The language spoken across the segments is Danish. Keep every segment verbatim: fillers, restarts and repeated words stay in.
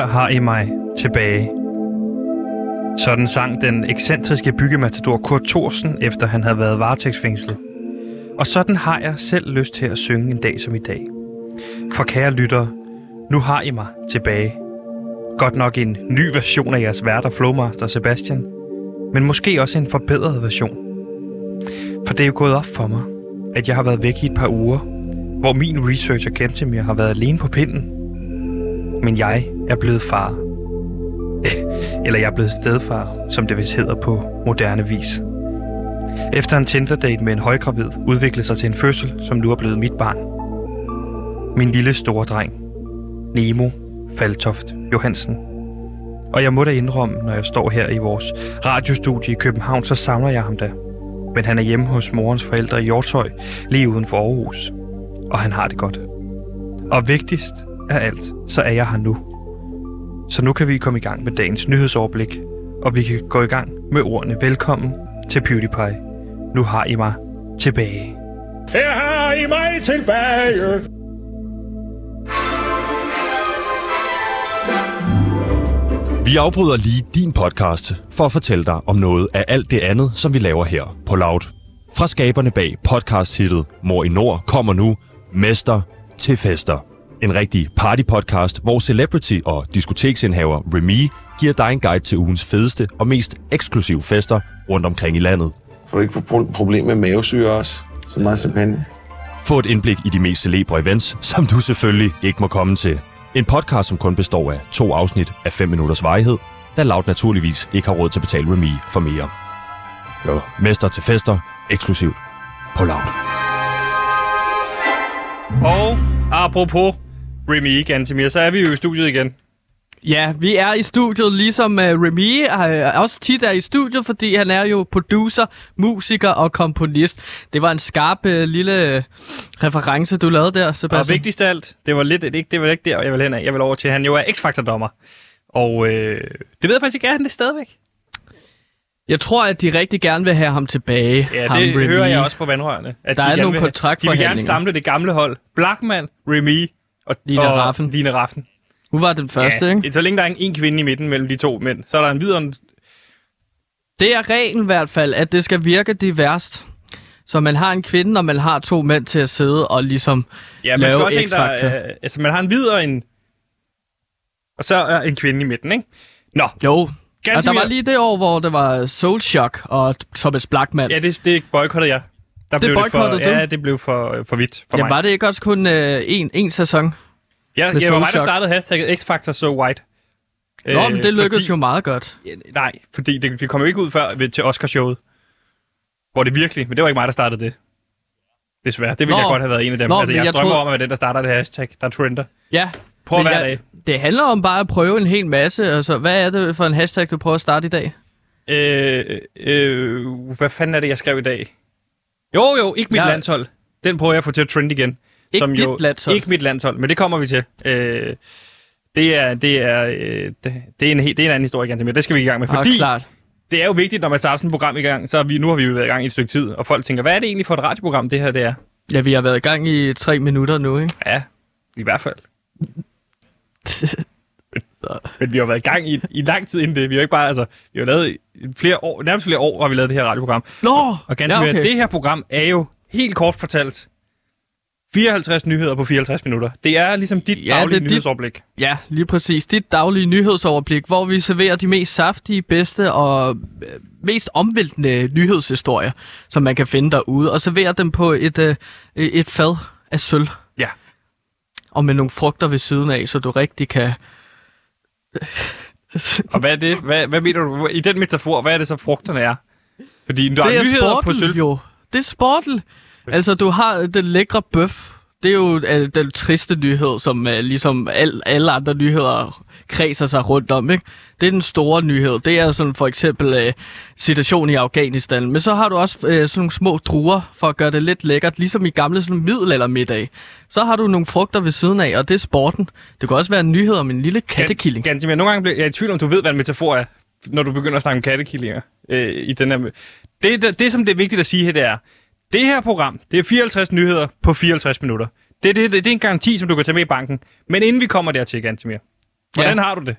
Her har I mig tilbage. Sådan sang den ekscentriske byggematador Kurt Thorsen, efter han havde været varetægtsfængslet. Og sådan har jeg selv lyst til at synge en dag som i dag. For kære lyttere, nu har I mig tilbage. Godt nok en ny version af jeres værter Flowmaster Sebastian, men måske også en forbedret version. For det er jo gået op for mig, at jeg har været væk i et par uger, hvor min researcher Gantemir har været alene på pinden. Men jeg er blevet far. Eller jeg er blevet stedfar, som det vist hedder på moderne vis. Efter en Tinder-date med en højgravid udviklede sig til en fødsel, som nu er blevet mit barn. Min lille store dreng, Nemo Faltoft Johansen. Og jeg må da indrømme, når jeg står her i vores radiostudie i København, så savner jeg ham da. Men han er hjemme hos morens forældre i Hjortshøj, lige uden for Aarhus. Og han har det godt. Og vigtigst af alt, så er jeg her nu. Så nu kan vi komme i gang med dagens nyhedsoverblik, og vi kan gå i gang med ordene velkommen til PewDiePie. Nu har I mig tilbage. Her har I mig tilbage. Vi afbryder lige din podcast for at fortælle dig om noget af alt det andet, som vi laver her på Loud. Fra skaberne bag podcast-hittet Mor i Nord kommer nu Mester til Fester. En rigtig partypodcast, hvor celebrity og diskoteksindehaver Remy giver dig en guide til ugens fedeste og mest eksklusive fester rundt omkring i landet. Får du ikke problem med mavesyre også? Så meget champagne. Få et indblik i de mest celebre events, som du selvfølgelig ikke må komme til. En podcast, som kun består af to afsnit af fem minutters varighed, da Loud naturligvis ikke har råd til at betale Remy for mere. Jo, Mester til Fester, eksklusivt på Loud. Og apropos Remy Gantemir, så er vi jo i studiet igen. Ja, vi er i studiet, ligesom uh, Remy uh, også tit er i studiet, fordi han er jo producer, musiker og komponist. Det var en skarp uh, lille uh, reference, du lavede der, Sebastian. Og vigtigst af alt, det var lidt ikke, det var ikke der, jeg vil hen af. Jeg vil over til, at han jo er X-Factor-dommer. Og øh, det ved jeg faktisk ikke, er han det stadigvæk? Jeg tror, at de rigtig gerne vil have ham tilbage. Ja, ham, det Remy. hører jeg også på vandrørene. At der de er nogle vil, kontraktforhandlinger. De vil gerne samle det gamle hold. Blackman, Remy og Line og Raffen. Line Raffen. Hun var den første, ja, ikke? Så længe der er en kvinde i midten mellem de to mænd, så er der en videre... Det er reglen i hvert fald, at det skal virke diverst. Så man har en kvinde, og man har to mænd til at sidde og ligesom ja, man lave skal også X-Factor. En, der, øh, altså, man har en videre en... Og så er en kvinde i midten, ikke? Nå. Jo. Ganske og der var lige det år, hvor det var Soul Shock og Thomas Blackman. Ja, det, det boykottede jeg. Der det boykottede du? Ja, det blev for, for vidt for ja, mig. Var det ikke også kun øh, en, en sæson? Ja, det var mig, der startede hashtagget X-Factor So White. Nå, øh, men det lykkedes fordi, jo meget godt. Ja, nej, fordi det, det kom jo ikke ud før ved, til Oscarshowet. Hvor det virkelig... Men det var ikke mig, der startede det. Desværre. Det ville Nå, jeg godt have været en af dem. Nå, altså, jeg, jeg drømmer troede... om at være den, der starter det hashtag, der trender. Ja. Prøv hver jeg, dag. Det handler om bare at prøve en hel masse. Altså, hvad er det for en hashtag, du prøver at starte i dag? Øh, øh, hvad fanden er det, jeg skrev i dag? Jo, jo, ikke mit ja. landshold. Den prøver jeg at få til at trende igen. Ikke som dit jo, landshold. Ikke mit landshold, men det kommer vi til. Øh, det er det er øh, det, det er en det er en anden historie igen til mere. Det skal vi i gang med, fordi ah, klart. Det er jo vigtigt, når man starter sådan et program i gang. Så vi nu har vi jo været i gang i et stykke tid, og folk tænker, hvad er det egentlig for et radioprogram det her det er? Ja, vi har været i gang i tre minutter nu, ikke? Ja, i hvert fald. Men vi har været i gang i, i lang tid inden det. Vi har ikke bare altså, vi har lavet flere år, nærmest flere år har vi lavet det her radioprogram. Nå, og ganske ja, okay. mere, det her program er jo helt kort fortalt fireoghalvtreds nyheder på fireoghalvtreds minutter. Det er ligesom dit ja, daglige nyhedsoverblik. Dit, ja, lige præcis. Dit daglige nyhedsoverblik, hvor vi serverer de mest saftige, bedste og mest omvæltende nyhedshistorier, som man kan finde derude, og serverer dem på et, øh, et fad af sølv. Ja. Og med nogle frugter ved siden af, så du rigtig kan... Og hvad er det? Hvad, hvad mener du? I den metafor, hvad er det så frugterne er? Fordi der det er, er nyheder sportel, på sølv. Jo. Det er sportel. Altså, du har den lækre bøf. Det er jo uh, den triste nyhed, som uh, ligesom al, alle andre nyheder kredser sig rundt om, ikke? Det er den store nyhed. Det er sådan for eksempel uh, situationen i Afghanistan. Men så har du også uh, sådan nogle små druer, for at gøre det lidt lækkert, ligesom i gamle sådan middelaldermiddag. Så har du nogle frugter ved siden af, og det er sporten. Det kan også være en nyhed om en lille kattekilling. Ganske mere. Nogle gange bliver jeg i tvivl om, du ved, hvad en metafor er, når du begynder at snakke om kattekillinger. Øh, i den her... det, det, det, som det er vigtigt at sige her, det er, det her program, det er fireoghalvtreds nyheder på fireoghalvtreds minutter. Det, det, det, det er en garanti, som du kan tage med i banken. Men inden vi kommer dertil, Gantemir, Hvordan ja. har du det?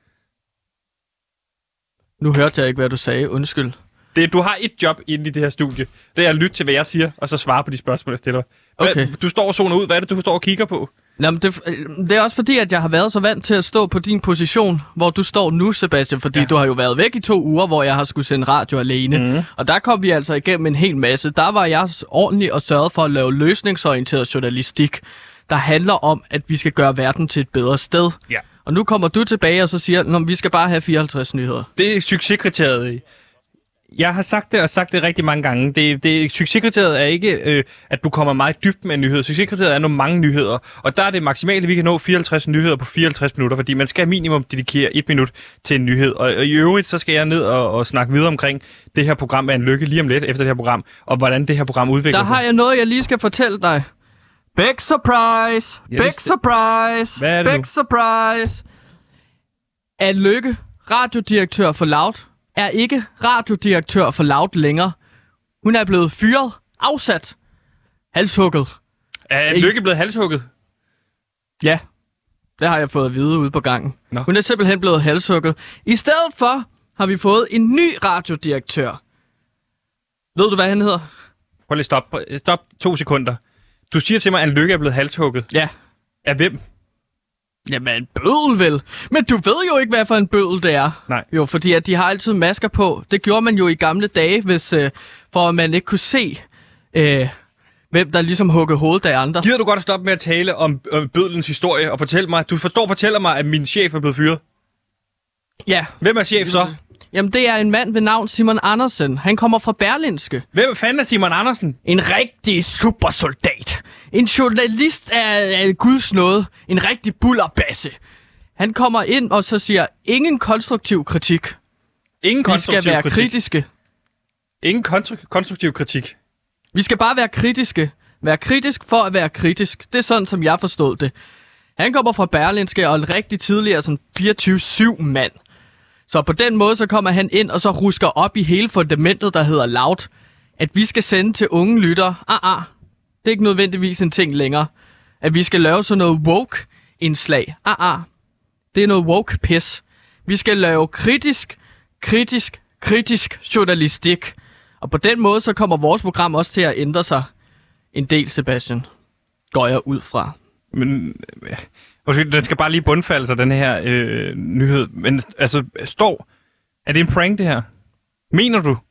Nu hørte jeg ikke, hvad du sagde. Undskyld. Det, du har et job inde i det her studie. Det er at lytte til, hvad jeg siger, og så svare på de spørgsmål, jeg stiller. Hvad, Okay. Du står og zoner ud. Hvad er det, du står og kigger på? Jamen, det, det er også fordi, at jeg har været så vant til at stå på din position, hvor du står nu, Sebastian. Fordi ja. du har jo været væk i to uger, hvor jeg har skulle sende radio alene. Mm. Og der kom vi altså igennem en hel masse. Der var jeg ordentlig og sørget for at lave løsningsorienteret journalistik, der handler om, at vi skal gøre verden til et bedre sted. Ja. Og nu kommer du tilbage og så siger, at vi skal bare have fireoghalvtreds nyheder. Det er succeskriteriet. Jeg har sagt det og sagt det rigtig mange gange. Det, det, succeskriteriet er ikke, øh, at du kommer meget dybt med en nyhed. Succeskriteriet er nogle mange nyheder. Og der er det maksimale, vi kan nå fireoghalvtreds nyheder på fireoghalvtreds minutter, fordi man skal minimum dedikere et minut til en nyhed. Og, og i øvrigt, så skal jeg ned og, og snakke videre omkring det her program af en lykke lige om lidt efter det her program, og hvordan det her program udvikler Der sig. har jeg noget, jeg lige skal fortælle dig. Big surprise! Ja, Big det- surprise! Hvad er det Big nu? surprise! Anne Lykke, radiodirektør for Loud, er ikke radiodirektør for Loud længere. Hun er blevet fyret, afsat, halshugget. Er Lykke blevet halshugget? Ja, det har jeg fået at vide ude på gangen. Nå. Hun er simpelthen blevet halshugget. I stedet for har vi fået en ny radiodirektør. Ved du, hvad han hedder? Prøv lige stop. Stop to sekunder. Du siger til mig, at Lykke er blevet halshugget. Ja. Af hvem? Jamen, en bødel vel. Men du ved jo ikke, hvad for en bødel det er. Nej. Jo, fordi at de har altid masker på. Det gjorde man jo i gamle dage, hvis, øh, for at man ikke kunne se, øh, hvem der ligesom huggede hovedet af andre. Gider du godt at stoppe med at tale om øh, bødelens historie og fortælle mig, du forstår fortæller mig, at min chef er blevet fyret? Ja. Hvem er chef så? Jamen, det er en mand ved navn Simon Andersen. Han kommer fra Berlinske. Hvem fanden er Simon Andersen? En rigtig supersoldat. En journalist af, af Guds nåde. En rigtig bullerbasse. Han kommer ind og så siger, ingen konstruktiv kritik. Ingen Vi konstruktiv skal være kritik. kritiske. Ingen konstru- konstruktiv kritik. Vi skal bare være kritiske. Være kritisk for at være kritisk. Det er sådan, som jeg forstod det. Han kommer fra Berlinske og en rigtig tidligere sådan fireogtyve syv mand. Så på den måde, så kommer han ind og så rusker op i hele fundamentet, der hedder Loud. At vi skal sende til unge lyttere. Ah, ah. Det er ikke nødvendigvis en ting længere. At vi skal lave sådan noget woke-indslag. Ah, ah. Det er noget woke-pis. Vi skal lave kritisk, kritisk, kritisk journalistik. Og på den måde, så kommer vores program også til at ændre sig en del, Sebastian. Går jeg ud fra. Men øh, den skal bare lige bundfalde sig, den her øh, nyhed. Men altså, står... Er det en prank, det her? Mener du?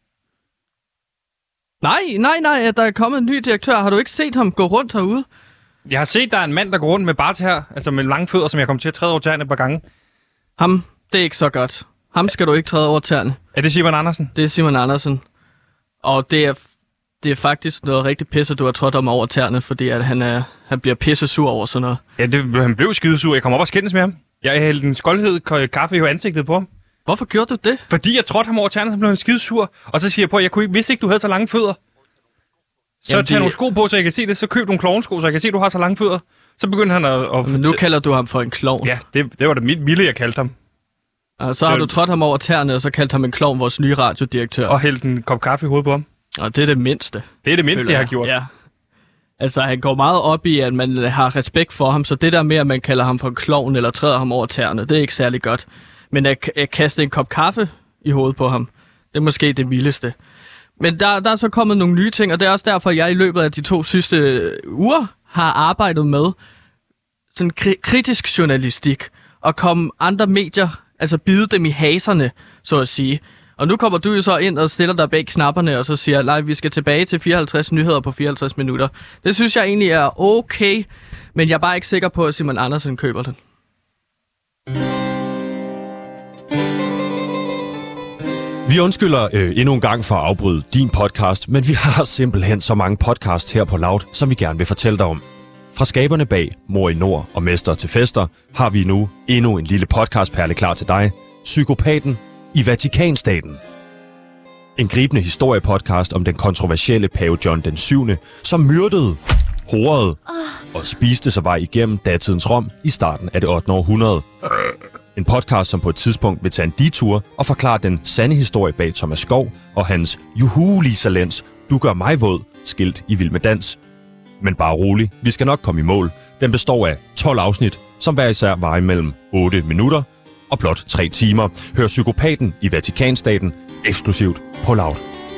Nej, nej, nej, at der er kommet en ny direktør. Har du ikke set ham gå rundt herude? Jeg har set, der er en mand, der går rundt med bartær, altså med lange fødder, som jeg kom til at træde over tæerne et par gange. Ham, det er ikke så godt. Ham skal du ikke træde over tæerne. Er det Simon Andersen? Det er Simon Andersen. Og det er, det er faktisk noget rigtig pisse, du har trådt om over tæerne, fordi at han, er, han bliver pisse sur over sådan noget. Ja, det, han blev skidesur. Jeg kom op og skændes med ham. Jeg hældte en skoldhed kaffe i ansigtet på ham. Hvorfor gjorde du det? Fordi jeg trådte ham over tæerne, så blev han skidesur. Og så siger jeg på, at jeg kunne ikke, vidste ikke, du havde så lange fødder. Så Jamen, tag de- nogle sko på, så jeg kan se det. Så køb nogle klovnsko, så jeg kan se, at du har så lange fødder. Så begyndte han at... at Men nu kalder du ham for en klovn. Ja, det, det var da mit milde, jeg kaldte ham. Og så har Øh. du trådt ham over tæerne, og så kaldt ham en klovn, vores nye radiodirektør. Og hældte en kop kaffe i hovedet på ham. Og det er det mindste. Det er det mindste, føler jeg har gjort. Ja. Altså, han går meget op i, at man har respekt for ham, så det der med, at man kalder ham for en klovn eller træder ham over tæerne, det er ikke særlig godt. Men at, at kaste en kop kaffe i hovedet på ham, det er måske det mildeste. Men der, der er så kommet nogle nye ting, og det er også derfor, jeg i løbet af de to sidste uger har arbejdet med sådan kri- kritisk journalistik, og komme andre medier, altså bide dem i haserne, så at sige. Og nu kommer du jo så ind og stiller dig bag knapperne, og så siger, nej, vi skal tilbage til fireoghalvtreds nyheder på fireoghalvtreds minutter. Det synes jeg egentlig er okay, men jeg er bare ikke sikker på, at Simon Andersen køber den. Vi undskylder øh, endnu en gang for at afbryde din podcast, men vi har simpelthen så mange podcasts her på Loud, som vi gerne vil fortælle dig om. Fra skaberne bag Mor i Nord og Mester til Fester har vi nu endnu en lille podcastperle klar til dig. Psykopaten i Vatikanstaten. En gribende historiepodcast om den kontroversielle pave John den syvende, som myrdede, horede og spiste sig vej igennem datidens Rom i starten af det ottende århundrede. En podcast, som på et tidspunkt vil tage en detur og forklare den sande historie bag Thomas Skov og hans Juhu Lisa Lenz, du gør mig våd, skilt i Vild med Dans. Men bare rolig, vi skal nok komme i mål. Den består af tolv afsnit, som hver især varer mellem otte minutter og blot tre timer. Hør Psykopaten i Vatikanstaten eksklusivt på Loud.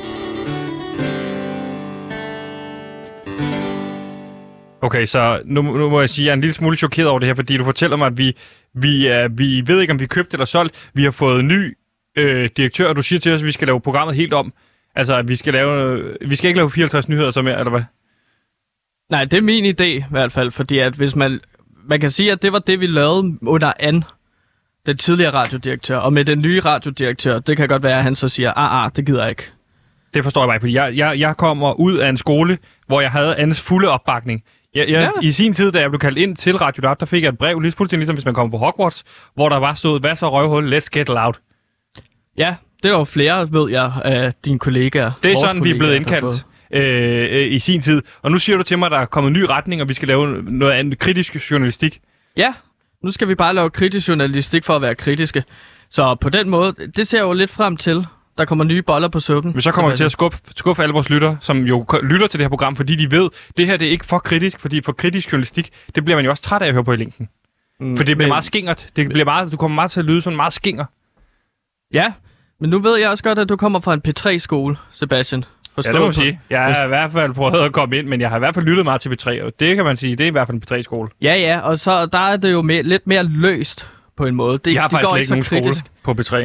Okay, så nu, nu må jeg sige, at jeg er en lille smule chokeret over det her, fordi du fortæller mig, at vi, vi, er, vi ved ikke, om vi er købt eller solgt. Vi har fået en ny øh, direktør, og du siger til os, at vi skal lave programmet helt om. Altså, at vi skal, lave, vi skal ikke lave fireoghalvtreds nyheder så mere, eller hvad? Nej, det er min idé i hvert fald, fordi at hvis man... Man kan sige, at det var det, vi lavede under Anne, den tidligere radiodirektør. Og med den nye radiodirektør, det kan godt være, at han så siger, ah, ah, det gider jeg ikke. Det forstår jeg bare, fordi jeg, jeg, jeg kommer ud af en skole, hvor jeg havde Annes fulde opbakning. Jeg, jeg, ja. I sin tid, da jeg blev kaldt ind til Radio Loud, der fik jeg et brev, lige fuldstændig ligesom hvis man kommer på Hogwarts, hvor der var stået, hvad så røvhul, let's get loud. Ja, det er jo flere, ved jeg, af dine kollegaer. Det er sådan, vi er blevet indkaldt øh, øh, i sin tid. Og nu siger du til mig, at der er kommet en ny retning, og vi skal lave noget andet kritisk journalistik. Ja, nu skal vi bare lave kritisk journalistik for at være kritiske. Så på den måde, det ser jeg jo lidt frem til. Der kommer nye boller på suppen. Men så kommer vi til at skuffe, skuffe alle vores lytter, som jo lytter til det her program, fordi de ved, det her det er ikke for kritisk, fordi for kritisk journalistik, det bliver man jo også træt af at høre på i længden. Mm, for det bliver men, meget skingert. Det bliver meget, du kommer meget til at lyde sådan meget skinger. Ja, men nu ved jeg også godt, at du kommer fra en P tre skole, Sebastian. Forstå ja, det må sige. Jeg har i hvert fald prøvet at komme ind, men jeg har i hvert fald lyttet meget til P tre, og det kan man sige, det er i hvert fald en P tre-skole. Ja, ja, og så der er det jo mere, lidt mere løst på en måde. Det, jeg har det faktisk går ikke ikke så nogen kritisk. skole på P tre.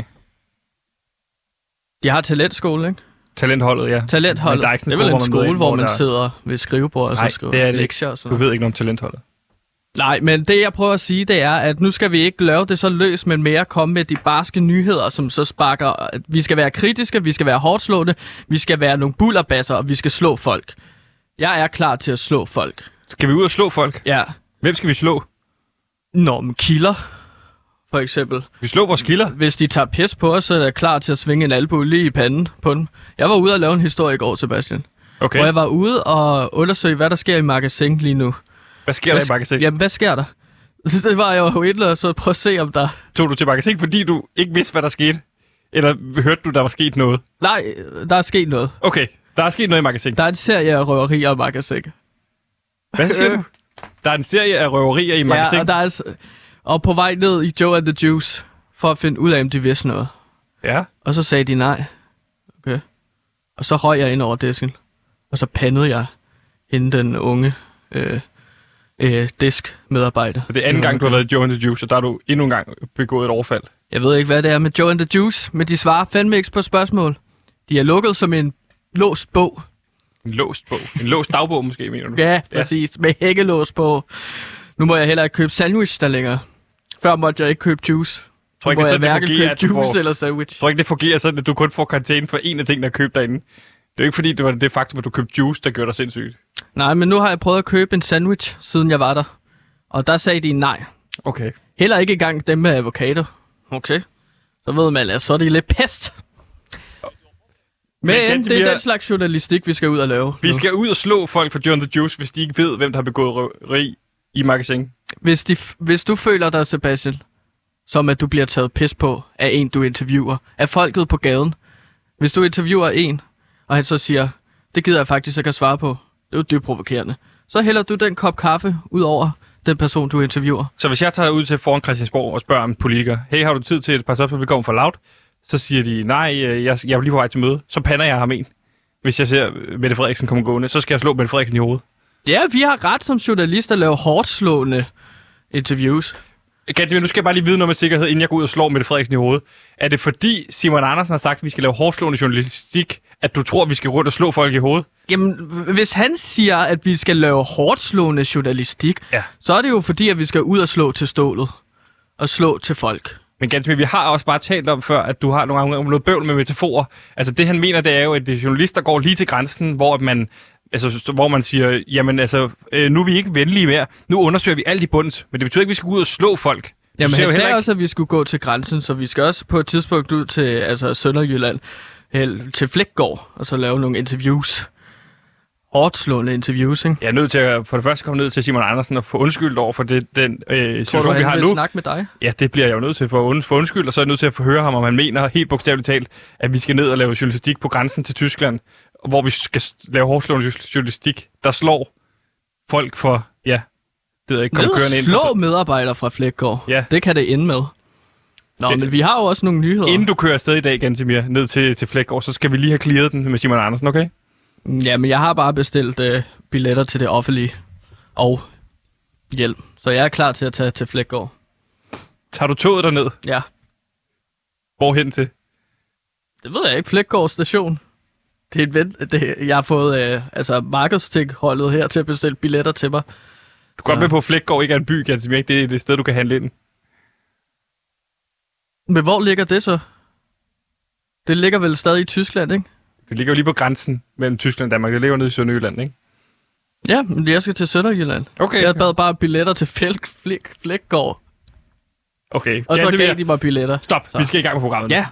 De har talentskole, ikke? Talentholdet, ja. Talentholdet. Der er ikke det er vel en skole, ind, hvor, hvor man der... sidder ved skrivebord og Nej, så skriver det er det lektier og sådan Du ved ikke noget om talentholdet. Nej, men det jeg prøver at sige, det er, at nu skal vi ikke lave det så løs, men mere komme med de barske nyheder, som så sparker, at vi skal være kritiske, vi skal være hårdslående, vi skal være nogle bullerbasser, og vi skal slå folk. Jeg er klar til at slå folk. Skal vi ud og slå folk? Ja. Hvem skal vi slå? Nå, men kilder, for eksempel. Vi slår vores kilder? Hvis de tager pis på os, så er jeg klar til at svinge en albue lige i panden på dem. Jeg var ude og lave en historie i går, Sebastian. Okay. Hvor jeg var ude og undersøge, hvad der sker i Magasin lige nu. Hvad sker hvad, der i Magasin? Jamen, hvad sker der? Det var jeg jo inde og så prøve at se, om der... Tog du til Magasin, fordi du ikke vidste, hvad der skete? Eller hørte du, der var sket noget? Nej, der er sket noget. Okay, der er sket noget i Magasin. Der er en serie af røverier i Magasin. Hvad siger du? Der er en serie af røverier i Magasin? Ja, og, der er, og på vej ned i Joe and the Juice, for at finde ud af, om de vidste noget. Ja. Og så sagde de nej. Okay. Og så røg jeg ind over disken. Og så pandede jeg hende den unge... Øh, Øh, disk-medarbejder. Det er anden gang, du har været i Joe and the Juice, og der har du endnu en gang begået et overfald. Jeg ved ikke, hvad det er med Joe and the Juice, men de svarer fandme ikke på spørgsmål. De er lukket som en låst bog. En låst bog? En låst dagbog måske, mener du? Ja, præcis. Ja. Med hækkelås på. Nu må jeg heller ikke købe sandwich der længere. Før måtte jeg ikke købe juice. Tror ikke, det, sådan, det fungerer, købe juice får... eller sandwich. Tror ikke, det fungerer sådan, at du kun får karantæne for en af tingene, der er købt derinde. Det er jo ikke fordi, det var det faktum, at du købte juice, der gjorde dig sindssygt. Nej, men nu har jeg prøvet at købe en sandwich, siden jeg var der. Og der sagde de nej. Okay. Heller ikke engang dem med avocado. Okay. Så ved man, at så er det lidt pest. Men, men det er har... den slags journalistik, vi skal ud og lave. Vi nu. skal ud og slå folk for Joe and the Juice, hvis de ikke ved, hvem der har begået røveri i Magasin. Hvis, de, hvis du føler dig, Sebastian, som at du bliver taget pis på af en, du interviewer, af folket på gaden. Hvis du interviewer en, og han så siger, det gider jeg faktisk ikke at svare på. Det er jo dybt provokerende. Så hælder du den kop kaffe ud over den person, du interviewer. Så hvis jeg tager ud til foran Christiansborg og spørger en politiker, hey, har du tid til et par spørgsmål, vi kommer fra Loud? Så siger de, nej, jeg, jeg er lige på vej til møde. Så pander jeg ham en. Hvis jeg ser Mette Frederiksen komme gående, så skal jeg slå Mette Frederiksen i hovedet. Ja, vi har ret som journalister at lave hårdt slående interviews. Ganske, nu skal jeg bare lige vide noget med sikkerhed, inden jeg går ud og slår Mette Frederiksen i hovedet. Er det fordi Simon Andersen har sagt, at vi skal lave hårdslående journalistik, at du tror, at vi skal rundt og slå folk i hovedet? Jamen, hvis han siger, at vi skal lave hårdslående journalistik, ja. så er det jo fordi, at vi skal ud og slå til stålet. Og slå til folk. Men ganske, vi har også bare talt om før, at du har nogle gange noget bøvl med metaforer. Altså det han mener, det er jo, at det er journalister går lige til grænsen, hvor man... Altså, hvor man siger, jamen altså, øh, nu er vi ikke venlige mere. Nu undersøger vi alt i bunds. Men det betyder ikke, at vi skal gå ud og slå folk. Jamen, han sagde ikke... også, at vi skulle gå til grænsen, så vi skal også på et tidspunkt ud til altså, Sønderjylland, til Flækgaard, og så lave nogle interviews. Hårdslående interviews, ikke? Jeg er nødt til at for det første komme ned til Simon Andersen og få undskyldt over for det, den øh, situation, Tror du, vi har nu. snakke med dig? Ja, det bliver jeg jo nødt til for at få undskyld, og så er jeg nødt til at få høre ham, om han mener helt bogstaveligt talt, at vi skal ned og lave journalistik på grænsen til Tyskland, hvor vi skal lave hårdslående journalistik, der slår folk for, ja, ved jeg ikke, komme Ned og kørende ind. slå For... medarbejdere fra Flækgaard. Ja. Det kan det ende med. Nå, Det- men vi har jo også nogle nyheder. Inden du kører afsted i dag, Gantemir, ned til, til Flækgaard, så skal vi lige have clearet den med Simon Andersen, okay? Ja, men jeg har bare bestilt øh, billetter til det offentlige og hjælp. Så jeg er klar til at tage til Flækgaard. Tager du toget derned? Ja, Hvorhen til? det ved jeg ikke. Flækgaard station. Det er et vent, det, jeg har fået øh, altså markedsting-holdet her til at bestille billetter til mig. Du går ja. med på, at Flækgaard ikke er en by, Gantemir. Det er det sted, du kan handle ind. Men hvor ligger det så? Det ligger vel stadig i Tyskland, ikke? Det ligger jo lige på grænsen mellem Tyskland og Danmark. Det ligger jo nede i Sønderjylland, ikke? Ja, men jeg skal til Sønderjylland. Okay. Jeg bad bare billetter til Flæk, Flæk, Flækgaard, Okay. og så Gantemir, gav de mig billetter. Stop. Så. Vi skal i gang med programmet. Ja,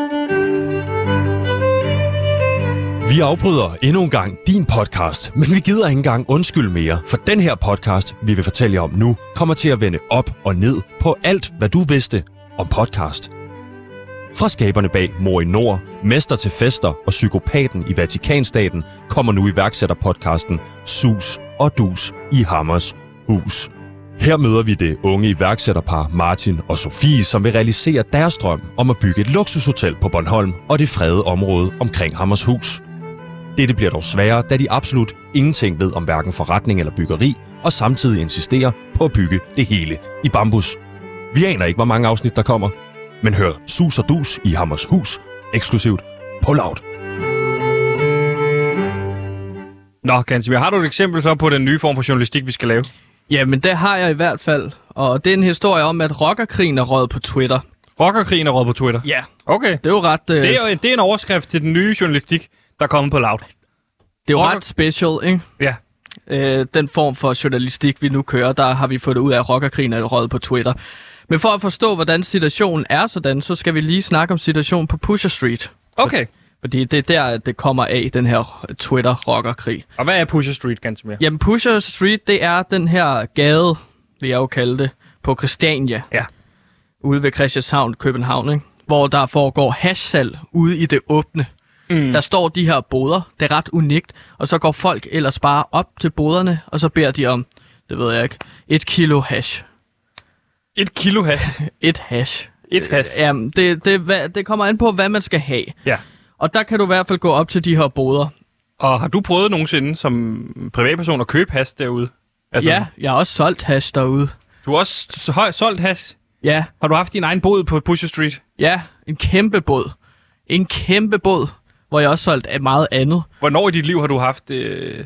Vi afbryder endnu en gang din podcast, men vi gider ikke engang undskylde mere, for den her podcast, vi vil fortælle jer om nu, kommer til at vende op og ned på alt, hvad du vidste om podcast. Fra skaberne bag Mor i Nord, Mester til Fester og Psykopaten i Vatikanstaten kommer nu iværksætterpodcasten Sus og Dus i Hammers Hus. Her møder vi det unge iværksætterpar Martin og Sofie, som vil realisere deres drøm om at bygge et luksushotel på Bornholm og det fredede område omkring Hammers Hus. Dette bliver dog sværere, da de absolut ingenting ved om hverken forretning eller byggeri, og samtidig insisterer på at bygge det hele i bambus. Vi aner ikke, hvor mange afsnit der kommer, men hør Sus og Dus i Hammers Hus eksklusivt på Loud. Nå, Gantemir, har du et eksempel så på den nye form for journalistik, vi skal lave? ja, men det har jeg i hvert fald. Og det er en historie om, at rockerkrigen er røget på Twitter. Rockerkrigen er råd på Twitter. Ja. Okay. Det er jo ret, øh, Det er, jo, det er en overskrift til den nye journalistik, der er kommet på Loud. det er jo rocker- ret special, ikke? Ja. Øh, den form for journalistik, vi nu kører, der har vi fået ud af, at rockerkrigen er røget på Twitter. Men for at forstå, hvordan situationen er sådan, så skal vi lige snakke om situationen på Pusher Street. Okay. Fordi det er der, at det kommer af, den her Twitter-rockerkrig. Og hvad er Pusher Street, Gantemir? Jamen, Pusher Street, det er den her gade, vil jeg jo kalde det, på Christiania. Ja. Ude ved Christianshavn, København, ikke? Hvor der foregår hashsalg ude i det åbne. Mm. Der står de her boder, det er ret unikt, og så går folk ellers bare op til boderne, og så beder de om, det ved jeg ikke, et kilo hash. Et kilo hash. Et hash. Et hash. Jamen, det, det, hvad- det kommer an på, hvad man skal have. Ja. Og der kan du i hvert fald gå op til de her boder. Og har du prøvet nogensinde som privatperson at købe hash derude? Altså, Ja, jeg har også solgt hash derude. Du har også s- høj- solgt hash. Ja, Har du haft din egen bod på Pusher Street? ja, en kæmpe båd. En kæmpe båd, hvor jeg også solgte af meget andet. Hvornår i dit liv har du haft... Øh...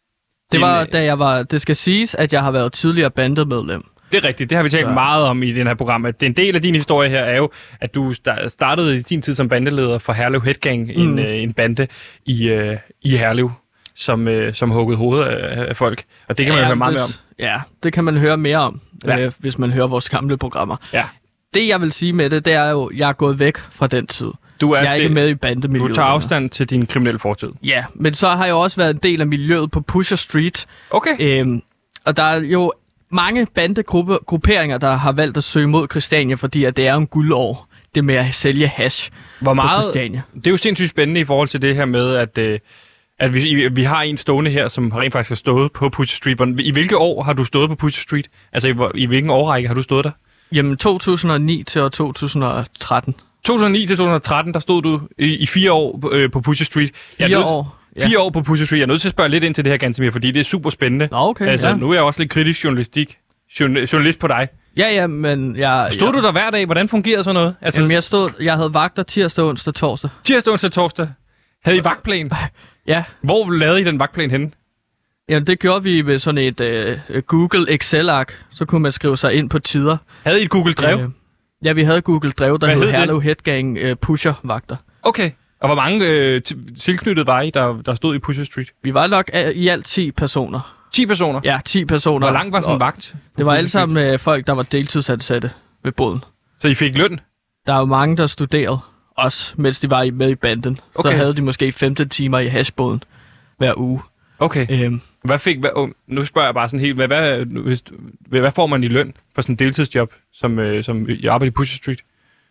Det var, En, øh, da jeg var, det skal siges, at jeg har været tidligere bandemedlem. Det er rigtigt, det har vi talt Så- meget om i den her program. At det er en del af din historie her er jo, at du sta- startede i sin tid som bandeleder for Herlev Headgang, mm. en, øh, en bande i, øh, i Herlev, som, øh, som huggede hovedet af, af folk. Og det kan man jo høre meget det, mere om. Ja, det kan man høre mere om, Ja. øh, hvis man hører vores gamle programmer. Ja. Det, jeg vil sige med det, det er jo, at jeg er gået væk fra den tid. Du er, Jeg er det, ikke med i bandemiljøet. du tager længere. afstand til din kriminelle fortid. Ja, men så har jeg også været en del af miljøet på Pusher Street. Okay. Øhm, og der er jo mange bandegrupperinger, der har valgt at søge mod Christiania, fordi at det er en guldår, det med at sælge hash Hvor på meget, Christiania. det er jo sindssygt spændende i forhold til det her med, at, øh, at vi, vi har en stående her, som rent faktisk har stået på Pusher Street. Hvor- I hvilke år har du stået på Pusher Street? Altså, i, hvor- i hvilken årrække har du stået der? Jamen to tusind og ni til år to tusind og tretten. to tusind og ni til to tusind og tretten, der stod du i, i fire år øh, på Pusher Street. Jeg er Fire nødt- år. Ja. Fire år på Pusher Street. Jeg er nødt til at spørge lidt ind til det her, Gantemir, fordi det er super spændende. Nå, okay, altså, ja. nu er jeg også lidt kritisk journalistik. Journal- journalist på dig. Ja, ja, men jeg... Stod jeg, du der hver dag? Hvordan fungerede sådan noget? Altså, Jamen, jeg, stod, jeg havde vagter tirsdag, onsdag, torsdag. tirsdag, onsdag, torsdag. Havde I vagtplan? Ja, Hvor lavede I den vagtplan henne? jamen, det gjorde vi med sådan et øh, Google Excel-ark. Så kunne man skrive sig ind på tider. Havde I et Google Drev? Øh, ja, vi havde Google Drev, der Hvad hed hed det? Herlev Headgang øh, Pusher-vagter. Okay. Og hvor mange øh, t- tilknyttet var I, der, der stod i Pusher Street? Vi var nok øh, i alt ti personer. ti personer? Ja, ti personer. Hvor lang var sådan en Og vagt? Det var alle sammen øh, folk, der var deltidsansatte ved båden. Så I fik løn? Der er jo mange, der studerede også, mens de var i- med i banden. Okay. Så havde de måske femten timer i hashbåden hver uge. Okay. Øhm, Hvad fik, hvad, oh, nu spørger jeg bare sådan helt, hvad, hvad, nu, hvis, hvad, hvad får man i løn for sådan en deltidsjob, som, øh, som jeg arbejder i Pusher Street?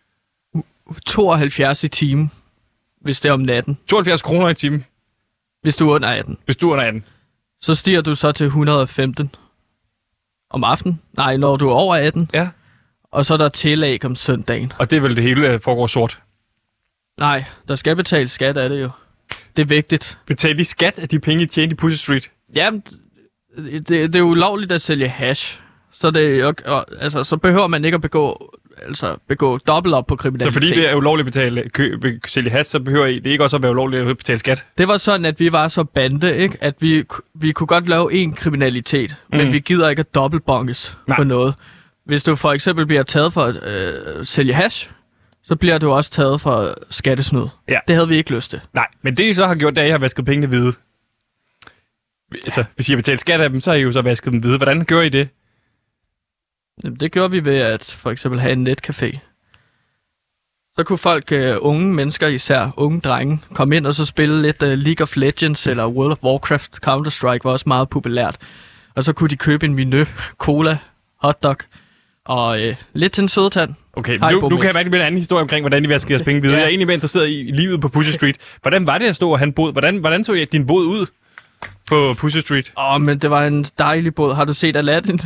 tooghalvfjerds i timen, hvis det er om natten. tooghalvfjerds kroner i timen, Hvis du er under atten. hvis du er under atten. Så stiger du så til et hundrede og femten. Om aftenen? Nej, når du er over atten. Ja. Og så er der tillæg om søndagen. Og det er vel det hele øh, foregår sort? Nej, der skal betales skat af det jo. Det er vigtigt. Betaler de skat af de penge, I tjente i Pussy Street? Jamen, det, det er ulovligt at sælge hash. Så, det er jo, og, altså, så behøver man ikke at begå, altså, begå dobbelt op på kriminalitet. Så fordi det er ulovligt at betale, kø, sælge hash, så behøver I det ikke også at være ulovligt at betale skat? Det var sådan, at vi var så bande, ikke? At vi, vi kunne godt lave en kriminalitet, mm. men vi gider ikke at dobbeltbonkes på noget. Hvis du for eksempel bliver taget for at øh, sælge hash, så bliver du også taget for skattesnyd. Ja. Det havde vi ikke lyst til. Nej, men det I så har gjort, det er, at I har vasket pengene hvide. Altså, hvis I har betalt skat af dem, så har I jo så vasket dem hvide. Hvordan gør I det? Jamen, det gjorde vi ved at for eksempel have en netcafé. Så kunne folk, uh, unge mennesker især, unge drenge, komme ind og så spille lidt uh, League of Legends eller World of Warcraft. Counter-Strike var også meget populært. Og så kunne de købe en menu, cola, hotdog og uh, lidt til en sødetand. Okay, nu, nu kan jeg mærke med en anden historie omkring, hvordan I vaskede jeres penge hvide. Ja. Jeg er egentlig mere interesseret i, i livet på Pussy Street. Hvordan var det at stå og have en båd? Hvordan, hvordan så din båd ud på Pussy Street? Åh, oh, men det var en dejlig båd. Har du set Aladdin?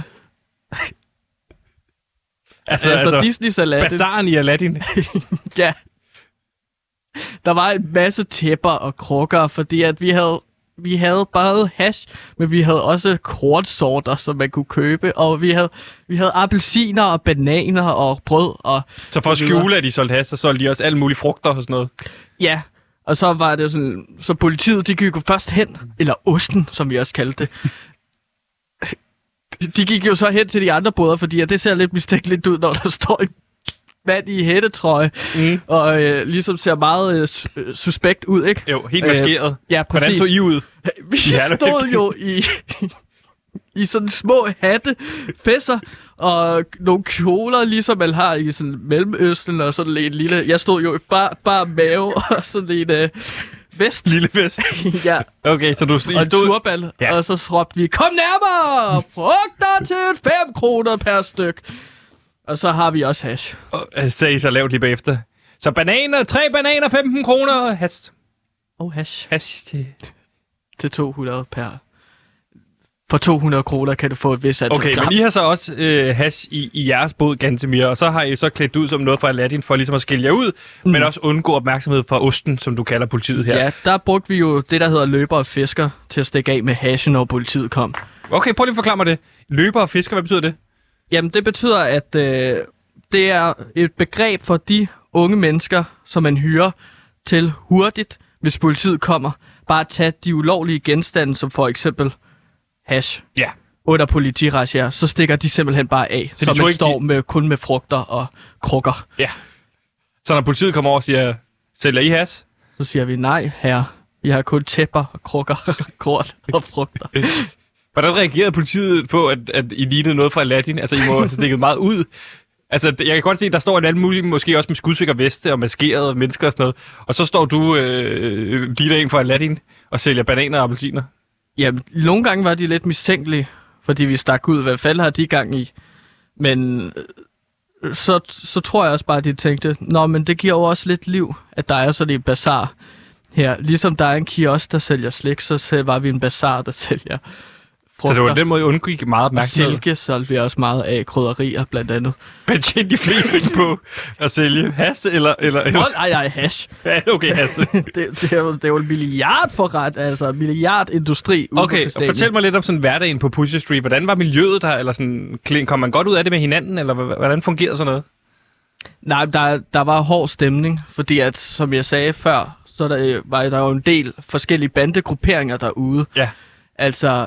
Altså, altså, altså Disney's Aladdin. Bazaren i Aladdin. Ja. Der var en masse tæpper og krukker, fordi at vi havde, vi havde bare hash, men vi havde også kornsorter, som man kunne købe, og vi havde, vi havde appelsiner og bananer og brød. Og så for at skjule, at de solgte hash, så solgte de også alle mulige frugter og sådan noget? Ja, og så var det sådan, så politiet, de gik jo først hen, eller osten, som vi også kaldte det. De gik jo så hen til de andre boder, fordi at det ser lidt mistænkeligt ud, når der står en mand i hættetrøje, mm. og øh, ligesom ser meget øh, suspekt ud, ikke? Jo, helt maskeret. Øh, ja, præcis. Hvordan så I ud? Vi stod jo i, i sådan små hatte, fæsser og nogle kjoler, ligesom man har i sådan Mellemøsten, og sådan en lille... Jeg stod jo bare, bare mave og sådan en... Øh, vest. Lille vest. Ja. Okay, så du I stod... Og en turban, ja. Og så råbte vi, kom nærmere! Frugter til fem kroner per styk. Og så har vi også hash. Og sagde I så lavt lige bagefter. Så bananer, tre bananer, femten kroner og hash. Og oh, hash. Hash til... Til to hundrede per... For to hundrede kroner kan du få et vis antal. Okay, men I har så også øh, hash i, i jeres båd, Gantemir, og så har I så klædt ud som noget fra Aladdin for ligesom at skille jer ud, mm. men også undgå opmærksomhed fra osten, som du kalder politiet her. Ja, der brugte vi jo det, der hedder løber og fisker, til at stikke af med hashen, når politiet kom. Okay, prøv lige at forklare mig det. Løber og fisker, hvad betyder det? Jamen, det betyder, at øh, det er et begreb for de unge mennesker, som man hyrer til hurtigt, hvis politiet kommer, bare at tage de ulovlige genstande, som for eksempel hash, ja. under politirasier, så stikker de simpelthen bare af, så, så man står de... med, kun med frugter og krukker. Ja. Så når politiet kommer over og siger, sælger I hash? Så siger vi, nej herre, vi har kun tæpper og krukker, kort og frugter. Hvordan reagerede politiet på, at, at I lignede noget fra Aladdin? Altså, I må have stikket meget ud. Altså, jeg kan godt se, at der står en anden mulig, måske også med skudsikker veste og maskerede mennesker og sådan noget. Og så står du, øh, ligner en fra Aladdin, og sælger bananer og appelsiner. Jamen, nogle gange var de lidt mistænkelige, fordi vi stak ud, hvad fald har de gang i. Men så, så tror jeg også bare, at de tænkte, nå, men det giver jo også lidt liv, at der er sådan en bazar her. Ligesom der er en kiosk, der sælger slik, så var vi en bazar, der sælger frugter. Så det var den måde, I undgik meget opmærksomhed? Og silke solgte vi også meget af, krydderier blandt andet. Men tjente de flest penge på at sælge hash, eller... eller, eller? Nå, nej, nej, hash. Ja, okay, hash. det, det, er jo, det er jo en milliardforret, altså en milliardindustri. Okay, og fortæl mig lidt om sådan hverdagen på Pussy Street. Hvordan var miljøet der, eller sådan, kom man godt ud af det med hinanden, eller hvordan fungerede sådan noget? Nej, der, der var hård stemning, fordi at, som jeg sagde før, så der, var der jo en del forskellige bandegrupperinger derude. Ja. Altså...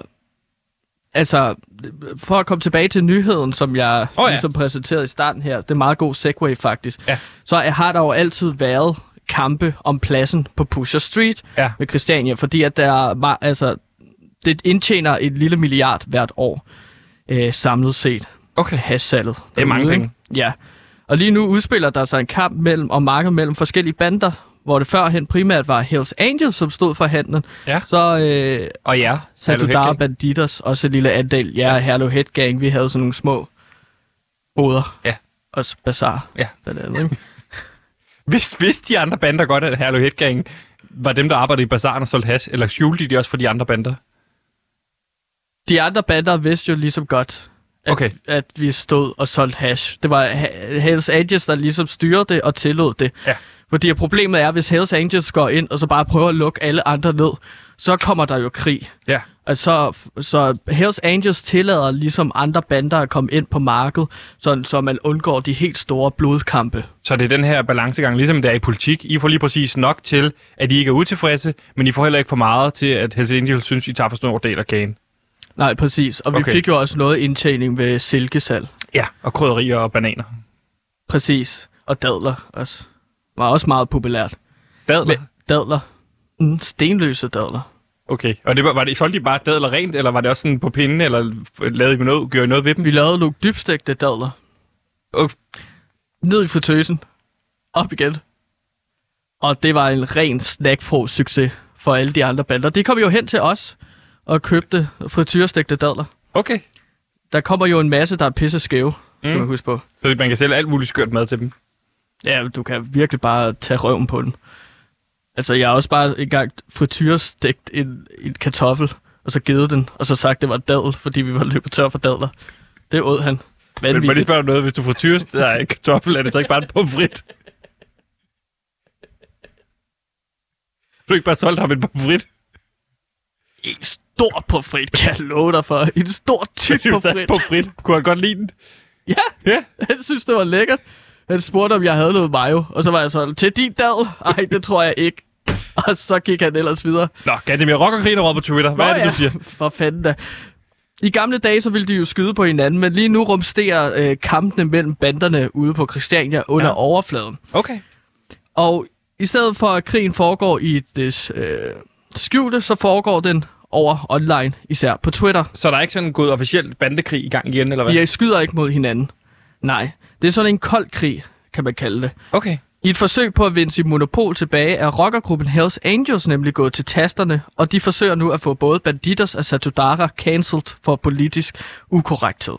Altså, for at komme tilbage til nyheden, som jeg oh, ja. ligesom præsenterede i starten her, det er meget god segue faktisk, ja. så har der jo altid været kampe om pladsen på Pusher Street ja. med Christiania, fordi at der var, altså, det indtjener et lille milliard hvert år øh, samlet set. Okay. Hashsalget. Det er mange penge. Ja. Og lige nu udspiller der sig en kamp mellem og marked mellem forskellige bander, hvor det førhen primært var Hells Angels, som stod for handlen. Ja. Så øh, og ja, Satudara Banditers, også en lille andel. Ja, ja. Herlev Head Gang, vi havde sådan nogle små boder. Ja. Også bazar. Ja. Blandt andet, ikke? Hvis, hvis de andre bander godt, at Herlev Head Gang var dem, der arbejdede i bazaren og solgte hash, eller skjulte de også for de andre bander? De andre bander vidste jo ligesom godt, at, Okay. at vi stod og solgte hash. Det var Hells Angels, der ligesom styrede det og tillod det. Ja. Fordi problemet er, hvis Hells Angels går ind og så bare prøver at lukke alle andre ned, så kommer der jo krig. Ja. Altså, så Hells Angels tillader ligesom andre bander at komme ind på markedet, sådan, så man undgår de helt store blodkampe. Så det er den her balancegang, ligesom det er i politik. I får lige præcis nok til, at I ikke er utilfredse, men I får heller ikke for meget til, at Hells Angels synes, I tager for stor del af kagen. Nej, præcis. Og vi Okay. fik jo også noget indtjening ved silkesal. Ja, og krydderier og bananer. Præcis. Og dadler også. Var også meget populært. Dadler? Men, dadler. Mm, stenløse dadler. Okay, og det var, var det, solgte I bare dadler rent, eller var det også sådan på pinden, eller lavede I noget, gjorde I noget ved dem? Vi lavede nogle dybstegte dadler. Okay. Ned i fritøsen. Op igen. Og det var en ren snackfro-succes for alle de andre bander. De kom jo hen til os og købte frityrestegte dadler. Okay. Der kommer jo en masse, der er pisse skæve, skal Mm. man huske på. Så man kan sælge alt muligt skørt mad til dem. Ja, du kan virkelig bare tage røven på den. Altså, jeg har også bare engang frityrestegt en, en kartoffel, og så givet den, og så sagt, det var dadel, fordi vi var løbet tør for dadler. Det åd han. Men må jeg lige Vanvittigt. spørge dig noget, hvis du får tyrest, der er en kartoffel, er det så ikke bare en pomfrit? Du ikke bare solgt ham en pomfrit? En stor pomfrit, kan jeg love dig for. En stor tyk pomfrit. Pomfrit. Kunne han godt lide den? Ja, Ja. han synes, det var lækkert. Han spurgte, om jeg havde noget mayo, og så var jeg sådan, til din dadel? Ej, det tror jeg ikke. Og så gik han ellers videre. Nå, gav det mere rock og griner på Twitter. Hvad Nå, er det, ja. du siger? For fanden da. I gamle dage, så ville de jo skyde på hinanden, men lige nu rumsterer øh, kampene mellem banderne ude på Christiania under Ja. overfladen. Okay. Og i stedet for, at krigen foregår i det øh, skjulte, så foregår den over online, især på Twitter. Så der er ikke sådan gået officielt bandekrig i gang igen, eller hvad? De skyder ikke mod hinanden. Nej, det er sådan en kold krig, kan man kalde det. Okay. I et forsøg på at vinde sit monopol tilbage, er rockergruppen Hells Angels nemlig gået til tasterne, og de forsøger nu at få både Bandidos og Satudara cancelled for politisk ukorrekthed.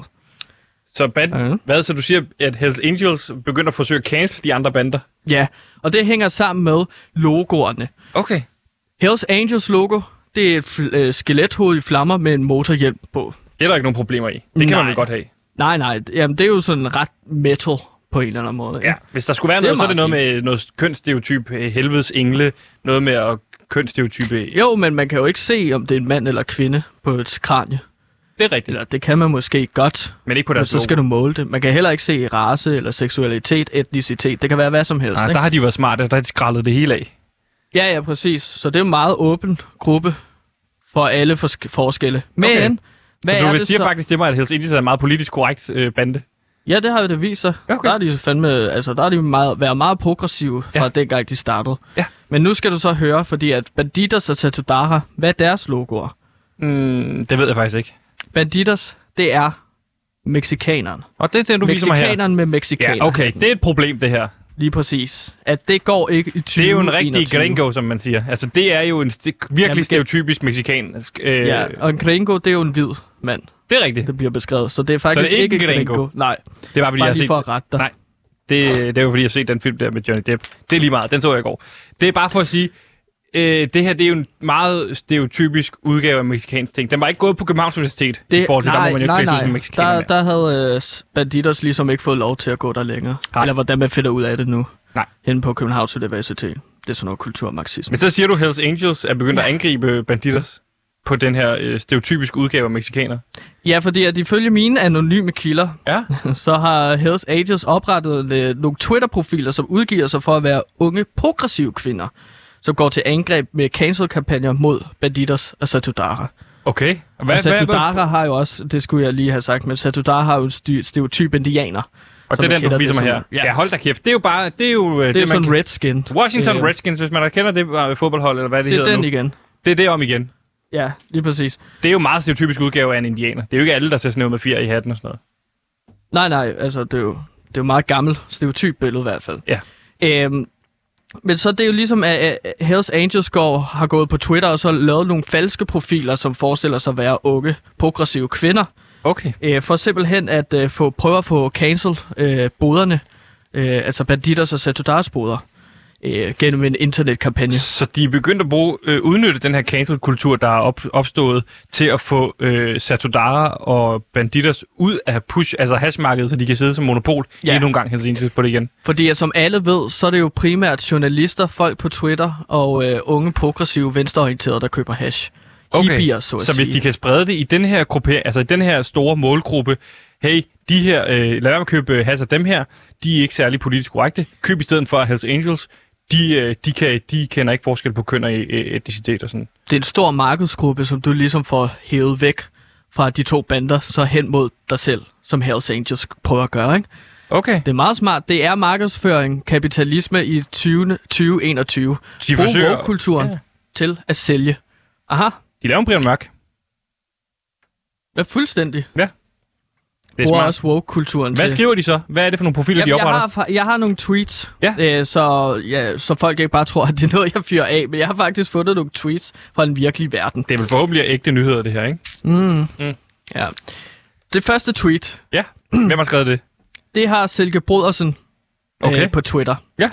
Så band... Ja. Hvad, så du siger, at Hells Angels begynder at forsøge at cancel de andre bander? Ja, og det hænger sammen med logoerne. Okay. Hells Angels logo, det er et fl- øh, skelethoved i flammer med en motorhjelm på. Det er der ikke nogen problemer i. Det kan Nej. man vel godt have. Nej, nej, jamen det er jo sådan ret metal på en eller anden måde. Ja, hvis der skulle være Det er noget, så er det noget meget med noget kønsstereotyp, øh, helvedes engle, noget med at kønsstereotype. Jo, men man kan jo ikke se, om det er en mand eller kvinde på et kranie. Det er rigtigt, Eller det kan man måske godt, men ikke på men deres så skal du måle det. Man kan heller ikke se race eller seksualitet, etnicitet. Det kan være hvad som helst. Nej, ikke? der har de været smarte, der har de skrællet det hele af. Ja, ja, præcis. Så det er en meget åben gruppe for alle fors- forskelle. Men, Okay. hvad Men er du det siger så? faktisk til mig, at Hells Angels er en meget politisk korrekt øh, bande. Ja, det har jo det vist sig. Okay. Der er de fandme, altså der er de meget, været meget progressive fra Ja. dengang de startede. Ja. Men nu skal du så høre, fordi at Bandidos og Satudara, hvad er deres logoer? Mm, det ved jeg faktisk ikke. Bandidos, det er mexikaneren. Og det er det, du viser mig her. Mexikaneren med mexikaner. Ja, okay. Det er et problem, det her. Lige præcis. At det går ikke i tyve Det er jo en rigtig enogtyve. gringo, som man siger. Altså, det er jo en st- virkelig Jamen, stereotypisk mexikansk. Øh, Ja, og en gringo, det er jo en hvid mand, Det er rigtigt. det bliver beskrevet. Så det er faktisk Så det er ikke ikke en en gringo? gringo. Nej, Det var, fordi jeg bare har lige set... for at rette dig. Nej. Det, det er jo fordi, jeg har set den film der med Johnny Depp. Det er lige meget. Den så jeg i går. Det er bare for at sige, øh, det her det er jo en meget stereotypisk udgave af mexikansk ting. Den var ikke gået på Københavns Universitet Det, i forhold til, nej, der må man jo nej, ikke klæde sig ud nej. som mexikaner Der, mere. der havde øh, Bandidos ligesom ikke fået lov til at gå der længere. Nej. Eller hvordan man finder ud af det nu. Nej. Henne på Københavns Universitet. Det er sådan noget kulturmarxisme. Men så siger du, Hells Angels er begyndt at angribe Bandidos på den her øh, stereotypiske udgave af mexikaner. Ja, fordi at ifølge mine anonyme kilder, Ja. så har Hells Angels oprettet øh, nogle Twitter-profiler, som udgiver sig for at være unge, progressive kvinder, som går til angreb med cancel-kampagner mod Bandidos og Satudara. Okay. Og Hvad, og Satudara har jo også, det skulle jeg lige have sagt, men Satudara har jo en styr, stereotyp indianer. Og som det er man den, du kender viser det mig som- her. ja. Ja, hold da kæft. Det er jo bare... Det er jo øh, Det er man sådan kan- Redskin. Washington Øh, Redskins, hvis man har kender det var fodboldhold, eller hvad det, Det er hedder den nu. igen. Det er det om igen. Ja, lige præcis. Det er jo meget stereotypisk udgave af en indianer. Det er jo ikke alle, der ser sådan noget med fjer i hatten og sådan noget. Nej, nej, altså det er jo, det er jo meget gammelt stereotyp billede i hvert fald. Ja. Øhm, men så det er jo ligesom, at at Hells Angels går, har gået på Twitter og så lavet nogle falske profiler, som forestiller sig at være unge, progressive kvinder. Okay. Øh, for simpelthen at øh, få, prøve at få cancelled øh, boderne, øh, altså Bandidos og Satudaras boder. øh, gennem en internetkampagne. Så de er begyndt at bruge, øh, udnytte den her cancel-kultur, der er op, opstået, til at få øh, Satudara og Bandidos ud af push, altså hashmarkedet, så de kan sidde som monopol Ja. endnu en gang Hells Angels på det igen. Fordi som alle ved, så er det jo primært journalister, folk på Twitter og øh, unge, progressive, venstreorienterede, der køber hash. Hippier, så at så hvis sige. de kan sprede det i den her gruppe, altså i den her store målgruppe, hey, de her, øh, lad være med at købe hash af dem her, de er ikke særlig politisk korrekte. Køb i stedet for Hells Angels, de, øh, de, kan, de kender ikke forskel på køn og øh, etnicitet og sådan. Det er en stor markedsgruppe, som du ligesom får hævet væk fra de to bander, så hen mod dig selv, som Hells Angels prøver at gøre, ikke? Okay. Det er meget smart. Det er markedsføring, kapitalisme i tyve enogtyve. De Brug forsøger- woke-kulturen Ja. til at sælge. Aha, De laver en Brian Mørk. ja, fuldstændig. Ja. Det er Bruger smart. også woke-kulturen Hvad til. skriver de så? Hvad er det for nogle profiler, Jamen, de jeg, opretter? har, fa- jeg har nogle tweets, Ja. øh, så, ja, så folk ikke bare tror, at det er noget, jeg fyrer af. Men jeg har faktisk fundet nogle tweets fra den virkelige verden. Det er vel forhåbentlig ægte nyheder, det her, ikke? Mm. Mm. Ja. Det første tweet, Ja. Hvem har skrevet det? det har Silke Brodersen Okay. øh, på Twitter. Ja.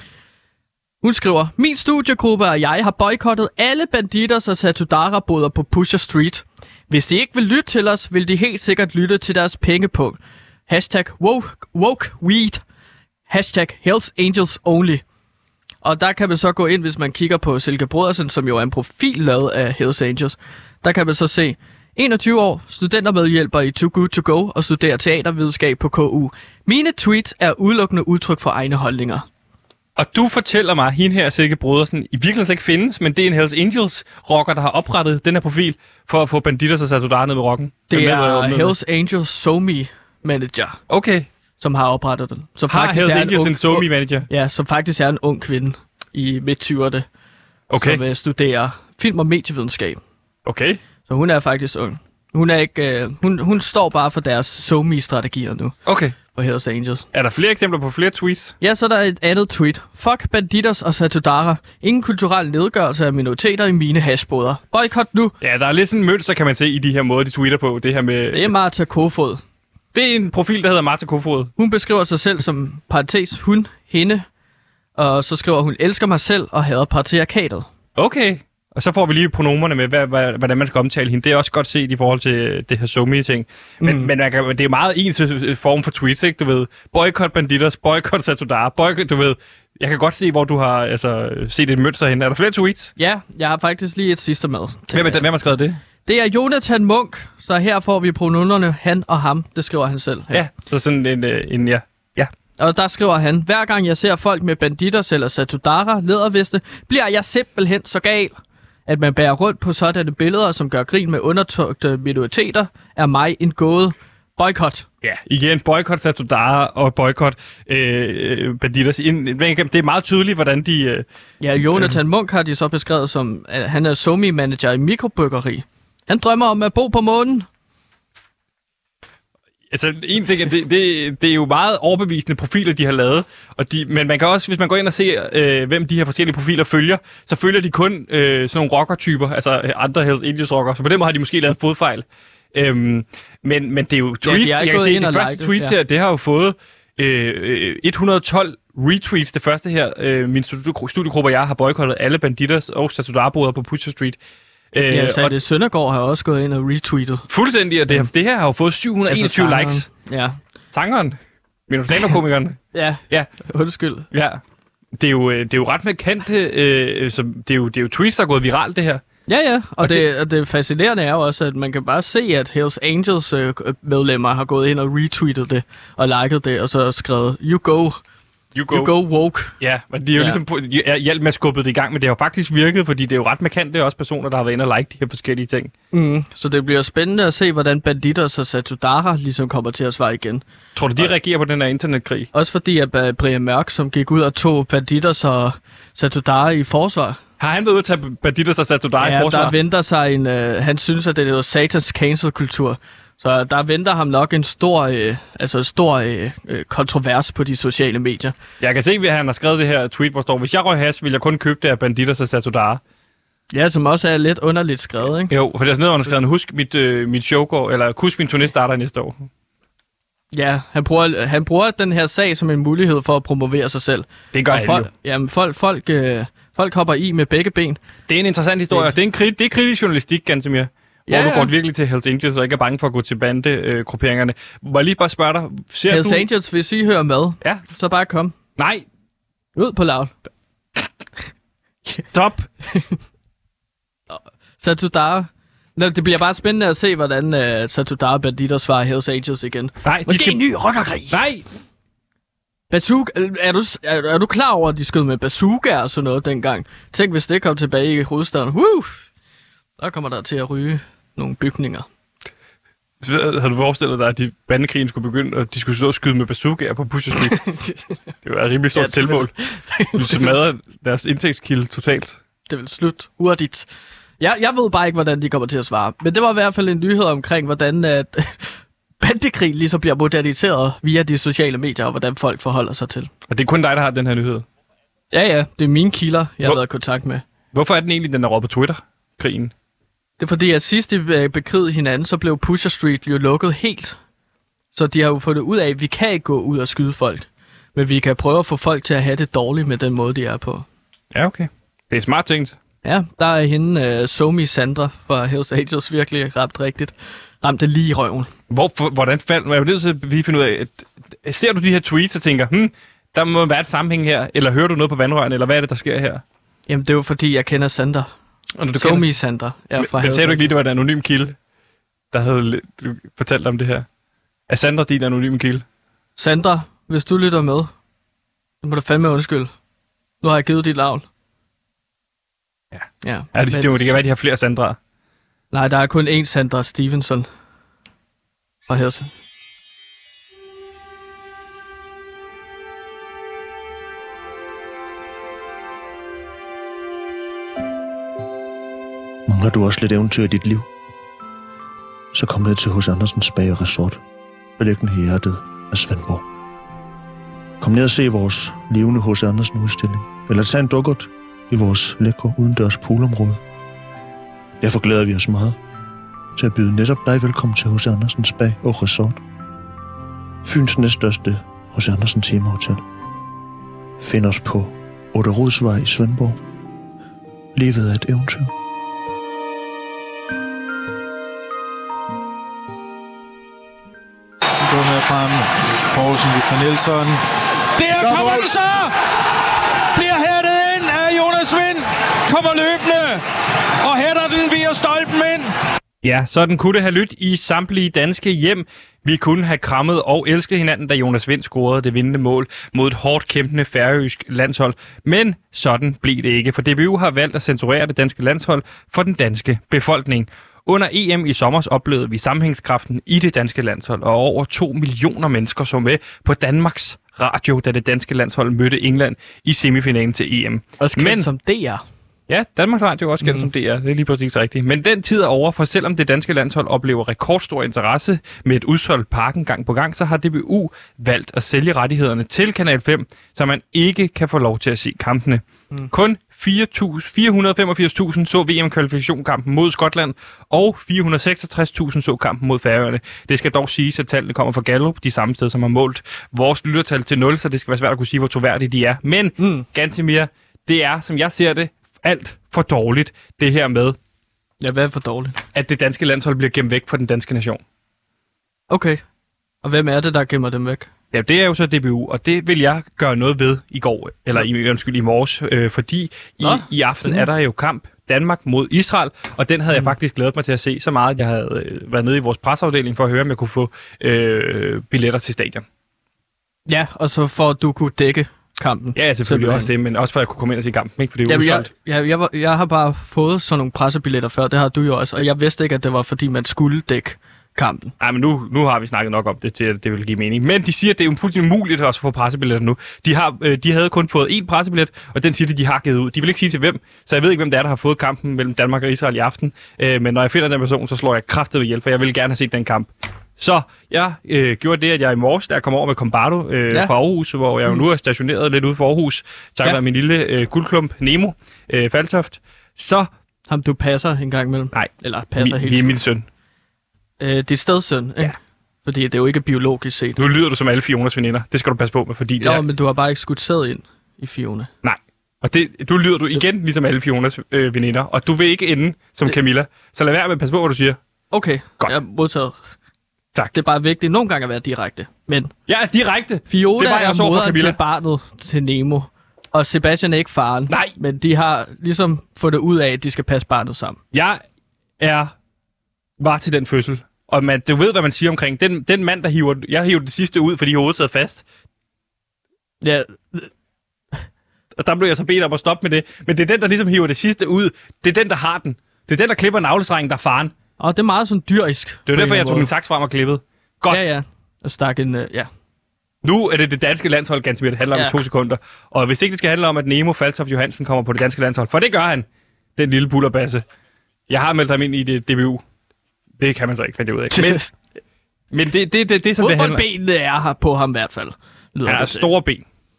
Hun skriver, min studiegruppe og jeg har boykottet alle Bandidos og Satudara-boder på Pusher Street. Hvis de ikke vil lytte til os, vil de helt sikkert lytte til deres pengepunkt. Hashtag woke, woke weed. Hashtag Hells Angels only. Og der kan man så gå ind, hvis man kigger på Silke Brodersen, som jo er en profil lavet af Hells Angels. Der kan man så se enogtyve år, studentermedhjælper i Too Good To Go og studerer teatervidenskab på K U. Mine tweets er udelukkende udtryk for egne holdninger. Og du fortæller mig, at hende her, Silke Brodersen, i virkeligheden ikke findes, men det er en Hells Angels rocker, der har oprettet den her profil for at få Bandidos og Satudara ned ved rocken. Det Med- er med- med- Hells Angels SoMe manager, Okay. som har oprettet den. Som Har faktisk Hells er Angels en ung- SoMe manager? Ja, som faktisk er en ung kvinde i midt-tyverne, Okay. som uh, studerer film- og medievidenskab. Okay. Så hun er faktisk ung. Hun er ikke, uh, hun, hun står bare for deres SoMe-strategier nu Okay. på Hells Angels. Er der flere eksempler på flere tweets? Ja, så er der et andet tweet. Fuck Bandidos og Satudara. Ingen kulturel nedgørelse af minoriteter i mine hashboder. Boykot nu. Ja, der er lidt sådan en mønster, kan man se, i de her måder, de tweeter på. Det her med... Det er Martha Kofod. Det er en profil, der hedder Martha Kofod. Hun beskriver sig selv som parentes hun, hende, og så skriver hun, elsker mig selv og hader patriarkatet. Okay. Og så får vi lige pronomerne med, hvad, hvad, hvordan man skal omtale hende. Det er også godt set i forhold til det her SoMe-ting. Men, mm. men man kan, det er meget ens form for tweets, ikke? Du ved, boykot Bandidos, boykot Satudara, boykot, du ved... Jeg kan godt se, hvor du har altså, set et mønster henne. Er der flere tweets? Ja, jeg har faktisk lige et sidste med. Hvem, er, hvem har skrevet det? Det er Jonathan Munk, så her får vi pronomerne han og ham. Det skriver han selv her. Ja, så sådan en, øh, en ja. Ja. Og der skriver han, hver gang jeg ser folk med Bandidos eller Satudara læderveste, bliver jeg simpelthen så gal. At man bærer rundt på sådanne billeder, som gør grin med undertrykte minoriteter, er mig en gåde. Boykot. Ja, igen, boykot Satudara og boykot øh, Bandidos. Det er meget tydeligt, hvordan de... Øh, Ja, Jonathan Munk har de så beskrevet som, at han er SoMe-manager i mikrobryggeri. Han drømmer om at bo på månen. Altså, en ting er, det, det, det er jo meget overbevisende profiler, de har lavet. Og de, men man kan også, hvis man går ind og ser, øh, hvem de her forskellige profiler følger, så følger de kun øh, sådan nogle rocker-typer, altså øh, andre Hells Angels rocker. Så på den måde har de måske lavet en fodfejl. Øhm, men, men det er jo tweets, er jeg kan gået se, ind de og første liket, tweets ja. her, det har jo fået øh, et hundrede og tolv retweets. Det første her, øh, min studie- studiegruppe og jeg har boykottet alle Bandidos og Satudara-boder på Pusher Street. Øh, Ja, og Sande Søndergaard har også gået ind og retweetet. fuldstændig, og det, det her har jo fået syv hundrede og enogtyve Altså, likes. Ja. Sangeren. Min stand-up-komikeren. Ja, Ja, undskyld. ja. Det er jo, øh, det er jo ret markante, øh, som, det, er jo, det er jo tweets, der er gået viralt, det her. Ja, ja, og, Og det, det, og det fascinerende er jo også, at man kan bare se, at Hells Angels øh, medlemmer har gået ind og retweetet det, og liket det, og så skrevet, you go, You go. you go woke. Ja, men de er jo Ja. ligesom på- de er hjælp med at skubbe det i gang, men det har jo faktisk virket, fordi det er jo ret markante også personer, der har været inde og like de her forskellige ting. Mm. Så det bliver spændende at se, hvordan Bandidos og Satudara ligesom kommer til at svare igen. Tror du, de reagerer på den her internetkrig? Også fordi, at uh, Brian Mørk, som gik ud og tog Bandidos og Satudara i forsvar, Har han været ude at tage Bandidos og Satudara i ja, forsvar? der venter sig en... Uh, han synes, at det er noget satans cancel-kultur. Så der venter ham nok en stor, øh, altså en stor øh, øh, kontrovers på de sociale medier. Jeg kan se, at han har skrevet det her tweet, hvor står, hvis jeg røg hash, vil jeg kun købe det af Bandidos og Satudara. Ja, som også er lidt underligt skrevet, ikke? Jo, for der er sådan noget, han har skrevet, husk mit, øh, mit show går, eller husk min turné starter næste år. Ja, han bruger, han bruger den her sag som en mulighed for at promovere sig selv. Det gør og han folk, jo. Jamen, folk, folk, øh, folk hopper i med begge ben. Det er en interessant historie. Det er, en kri- det er kritisk journalistik, Gantemir. Hvor Ja, du ja. går virkelig til Hells Angels og ikke er bange for at gå til bandegrupperingerne. Må jeg lige bare spørge dig, ser Hells du... Angels, hvis I hører med, Ja. så bare kom. Nej, Ud på Loud. stop. Satudara. Nå, det bliver bare spændende at se, hvordan uh, Satudara Banditter svarer Hells Angels igen. Nej, de Måske skal... en ny rockerkrig. Nej, Bazooka, er du, er, er du klar over, at de skød med bazooka og sådan noget dengang? Tænk, hvis det kom tilbage i hovedstaden. Woo! Der kommer der til at ryge nogle bygninger. havde du forestillet dig, at de bandekrigen skulle begynde, og de skulle stå og skyde med bazookaer på Pusher Street? Det var et rimelig stort Ja, ja, selvmål. Du smadrede deres indtægtskilde totalt. Det vil slutte hurtigt. Jeg, jeg ved bare ikke, hvordan de kommer til at svare. Men det var i hvert fald en nyhed omkring, hvordan at bandekrig lige så bliver moderniseret via de sociale medier, og hvordan folk forholder sig til. Og det er kun dig, der har den her nyhed. Ja, ja, det er mine kilder, jeg Hvor- har været i kontakt med. Hvorfor er den egentlig, den er råd på Twitter, krigen? Det er fordi, at sidst de øh, bekrigede hinanden, så blev Pusher Street jo lukket helt. Så de har jo fundet ud af, at vi kan ikke gå ud og skyde folk. Men vi kan prøve at få folk til at have det dårligt med den måde, de er på. Ja, okay. Det er smart tænkt. Ja, der er hende, uh, Somi Sandra fra Hells Angels, virkelig ramt rigtigt. Ramt det lige i røven. Hvorfor, hvordan faldt... Jeg er nødt til at lige finde ud af... At, ser du de her tweets og tænker, hmm, der må være et sammenhæng her, eller hører du noget på vandrørene, eller hvad er det, der sker her? Jamen, det er jo fordi, jeg kender Sandra. Og når du Somi kender- Sandra er Men, fra men Hells sagde du ikke lige, Angels. det var en anonym kilde, der havde li- du fortalt om det her? Er Sandra din anonyme kilde? Sandra, hvis du lytter med, så må du fandme undskylde. Nu har jeg givet dit navn. Ja. Ja, Ja, det, men- det, det kan være, de har flere Sandra'er. Nej, der er kun én Sandra Stevenson fra Hells. Mangler du også lidt eventyr i dit liv? Så kom med til H C Andersens Bag og Resort, beliggende i hjertet af Svendborg. Kom ned og se vores levende H C Andersen udstilling, eller tag en dukkert i vores lækre udendørs poolområde. Derfor glæder vi os meget til at byde netop dig velkommen til H C Andersens Bag og Resort. Fyns næststørste H C Andersen temahotel. Find os på Otte Rodsvej i Svendborg. Livet er et eventyr. Så går med frem. Poulsen, Victor Nielsen. Der kommer den så! Bliver hættet ind af Jonas Vind. Kommer løbende og hætter den via stolpen ind. Ja, sådan kunne det have lyttet i samtlige danske hjem. Vi kunne have krammet og elsket hinanden, da Jonas Vind scorede det vindende mål mod et hårdt kæmpende færøsk landshold. Men sådan blev det ikke, for D B U har valgt at censurere det danske landshold for den danske befolkning. Under E M i sommer oplevede vi sammenhængskraften i det danske landshold, og over to millioner mennesker så med på Danmarks Radio, da det danske landshold mødte England i semifinalen til E M. Også kendt som D R. Ja, Danmarks Radio er også kendt mm. som D R. Det er lige præcis rigtigt. Men den tid er over, for selvom det danske landshold oplever rekordstor interesse med et udsolgt parken gang på gang, så har D B U valgt at sælge rettighederne til Kanal fem, så man ikke kan få lov til at se kampene. Mm. Kun fire hundrede og femogfirs tusind så V M-kvalifikationskampen mod Skotland, og fire hundrede og seksogtres tusind så kampen mod Færøerne. Det skal dog siges, at tallene kommer fra Gallup, de samme steder, som har målt vores lyttertal til nul, så det skal være svært at kunne sige, hvor troværdige de er. Men, mm. Gantemir, det er, som jeg ser det, alt for dårligt, det her med, Ja, hvad er for dårligt? at det danske landshold bliver gemt væk fra den danske nation. Okay. Og hvem er det, der gemmer dem væk? Ja, det er jo så D B U, og det vil jeg gøre noget ved i går, eller i, undskyld, i morges, øh, fordi i, Nå, i aften mm. er der jo kamp Danmark mod Israel, og den havde jeg faktisk glædet mig til at se så meget, at jeg havde øh, været nede i vores presseafdeling for at høre, om jeg kunne få øh, billetter til stadion. Ja, og så for at du kunne dække kampen. Ja, selvfølgelig Simpelthen. også det, men også for at jeg kunne komme ind og se kampen, ikke? For det er jo Jamen, jeg, udsolgt. jeg, jeg, var- jeg har bare fået sådan nogle pressebilletter før, det har du jo også, og jeg vidste ikke, at det var fordi, man skulle dække kampen. Nej, men nu, nu har vi snakket nok om det, til at det vil give mening. Men de siger, at det er jo fuldstændig umuligt også at få pressebilletter nu. De, har, øh, de havde kun fået én pressebillet, og den siger de, de har givet ud. De vil ikke sige til hvem, så jeg ved ikke, hvem det er, der har fået kampen mellem Danmark og Israel i aften. Øh, men når jeg finder den person, så slår jeg kraftigt ved hjælp, for jeg vil gerne have set den kamp. Så jeg øh, gjorde det, at jeg i morges, da jeg kom over med Combardo øh, Ja. ja. fra Aarhus, hvor jeg jo nu er stationeret lidt ude for Aarhus, tak Ja. være min lille øh, guldklump Nemo øh, Faltoft, så Ham du passer en gang imellem. nej, Eller passer mi, hele vi er tiden. min søn. Øh, dit stedsøn, ikke? Ja. Fordi det er jo ikke biologisk set. Nu lyder du som alle Fionas veninder. Det skal du passe på med, fordi det Jo, er... men du har bare ikke skudt sæd ind i Fiona. Nej. Og det, du lyder du igen ligesom alle Fionas øh, veninder, og du vil ikke ende som det... Camilla. Så lad være med at passe på, hvad du siger. Okay, godt. Jeg er modtaget. Tak. Det er bare vigtigt nogle gange at være direkte. Men ja, direkte. Fiona det var, jeg er moderen til barnet til Nemo. Og Sebastian er ikke faren. Nej. Men de har ligesom fundet ud af, at de skal passe barnet sammen. Jeg er var til den fødsel. Og man, du ved, hvad man siger omkring. Den, den mand, der hiver... Jeg hiver det sidste ud, fordi hovedet sad fast. Ja. Og der blev jeg så bedt om at stoppe med det. Men det er den, der ligesom hiver det sidste ud. Det er den, der har den. Det er den, der klipper navlestrengen, der er faren. Og det er meget sådan dyrisk. Det er derfor, jeg tog min saks frem og klippede. Godt. Ja, ja. Og stak en... Uh, ja. Nu er det det danske landshold, ganske det handler om ja. to sekunder. Og hvis ikke det skal handle om, at Nemo Faltoft Johansen kommer på det danske landshold, for det gør han, den lille bullerbasse. Jeg har meldt ham ind i det D B U. Det kan man så ikke finde ud af. Men, men det, det, det, det, som det handler... Fodboldbenene er her på ham i hvert fald. Han har store ben.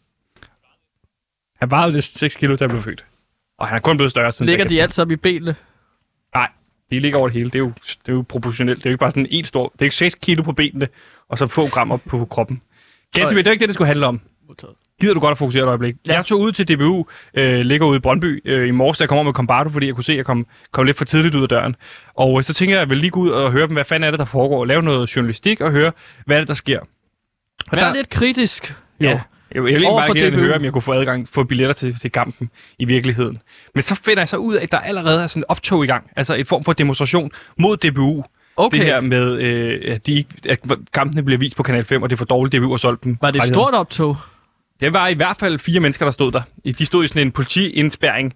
Han vejede næsten seks kilo, da han blev født. Og han er kun blevet større siden... Ligger de alt sammen i benene? Nej, de ligger over det hele. Det er jo, det er jo proportionelt. Det er jo ikke bare sådan en stor... Det er ikke seks kilo på benene, og så få gram op på kroppen. Ganske det er ikke det, det skulle handle om. Gider du godt at fokusere et øjeblik? Ja. Jeg tog ud til D B U, øh, ligger ude i Brøndby øh, i morges, da jeg kom over med Combardo, fordi jeg kunne se, at jeg kom, kom lidt for tidligt ud af døren. Og øh, så tænker jeg, at jeg vil lige gå ud og høre dem, hvad fanden er det, der foregår. Lave noget journalistik og høre, hvad er det, der sker. Og Vær der... lidt kritisk. Jo. Ja. Jeg vil egentlig bare gerne høre, om jeg kunne få adgang, få billetter til, til kampen i virkeligheden. Men så finder jeg så ud af, at der allerede er sådan et optog i gang. Altså en form for demonstration mod D B U. Okay. Det her med, øh, at, de ikke, at kampene bliver vist på Kanal fem, og det er for dårligt, D B U har solgt dem. Var det et stort optog? Det var i hvert fald fire mennesker, der stod der. De stod i sådan en politiindspærring,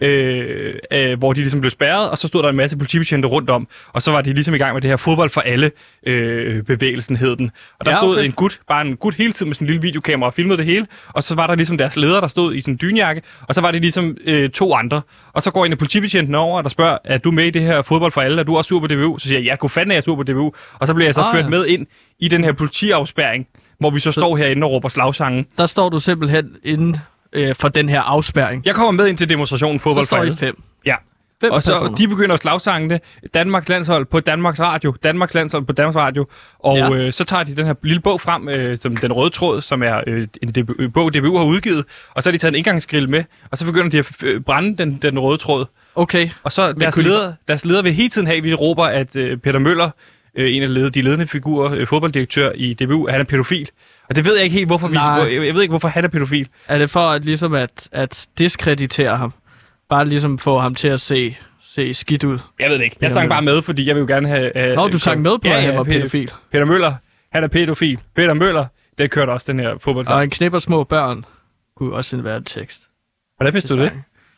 øh, øh, hvor de ligesom blev spærret, og så stod der en masse politibetjente rundt om, og så var de ligesom i gang med det her fodbold for alle øh, bevægelsen hed den. Og der ja, okay. stod en gut, bare en gut hele tiden med sådan en lille videokamera og filmede det hele, og så var der ligesom deres leder, der stod i sådan en dynjakke, og så var det ligesom øh, to andre. Og så går en af politibetjenten over, og der spørger, er du med i det her fodbold for alle? Er du også sur på D B U? Så siger jeg, ja, god fanden er jeg sur på D B U. Og så bliver jeg så ah, ført ja. med ind i den her politiafspærring, hvor vi så, så står herinde og råber slagsange. Der står du simpelthen inde øh, for den her afspærring. Jeg kommer med ind til demonstrationen fodbold for alle. Så står I fem. Ja. Fem og så personer. De begynder at slagsangene. Danmarks landshold på Danmarks Radio. Danmarks landshold på Danmarks Radio. Og ja. øh, så tager de den her lille bog frem, øh, som Den Røde Tråd, som er øh, en D B U, bog, D B U har udgivet. Og så har de taget en indgangsgrill med. Og så begynder de at øh, brænde den, den røde tråd. Okay. Og så deres leder, deres leder vil hele tiden have, at vi råber, at øh, Peter Møller, øh, en af led, de ledende figurer, øh, fodbolddirektør i D B U, han er pædofil. Og det ved jeg ikke helt, hvorfor vi... Jeg ved ikke, hvorfor han er pædofil. Er det for at, ligesom at, at diskreditere ham? Bare ligesom få ham til at se, se skidt ud? Jeg ved det ikke. Jeg sang bare med, fordi jeg vil jo gerne have... have Nå, du sang med på, ja, at han ja, var pædofil. Peter Møller, han er pædofil. Peter Møller, det kørte også den her fodboldsang. Og en knipper små børn kunne også være en tekst. Hvordan vidste du det?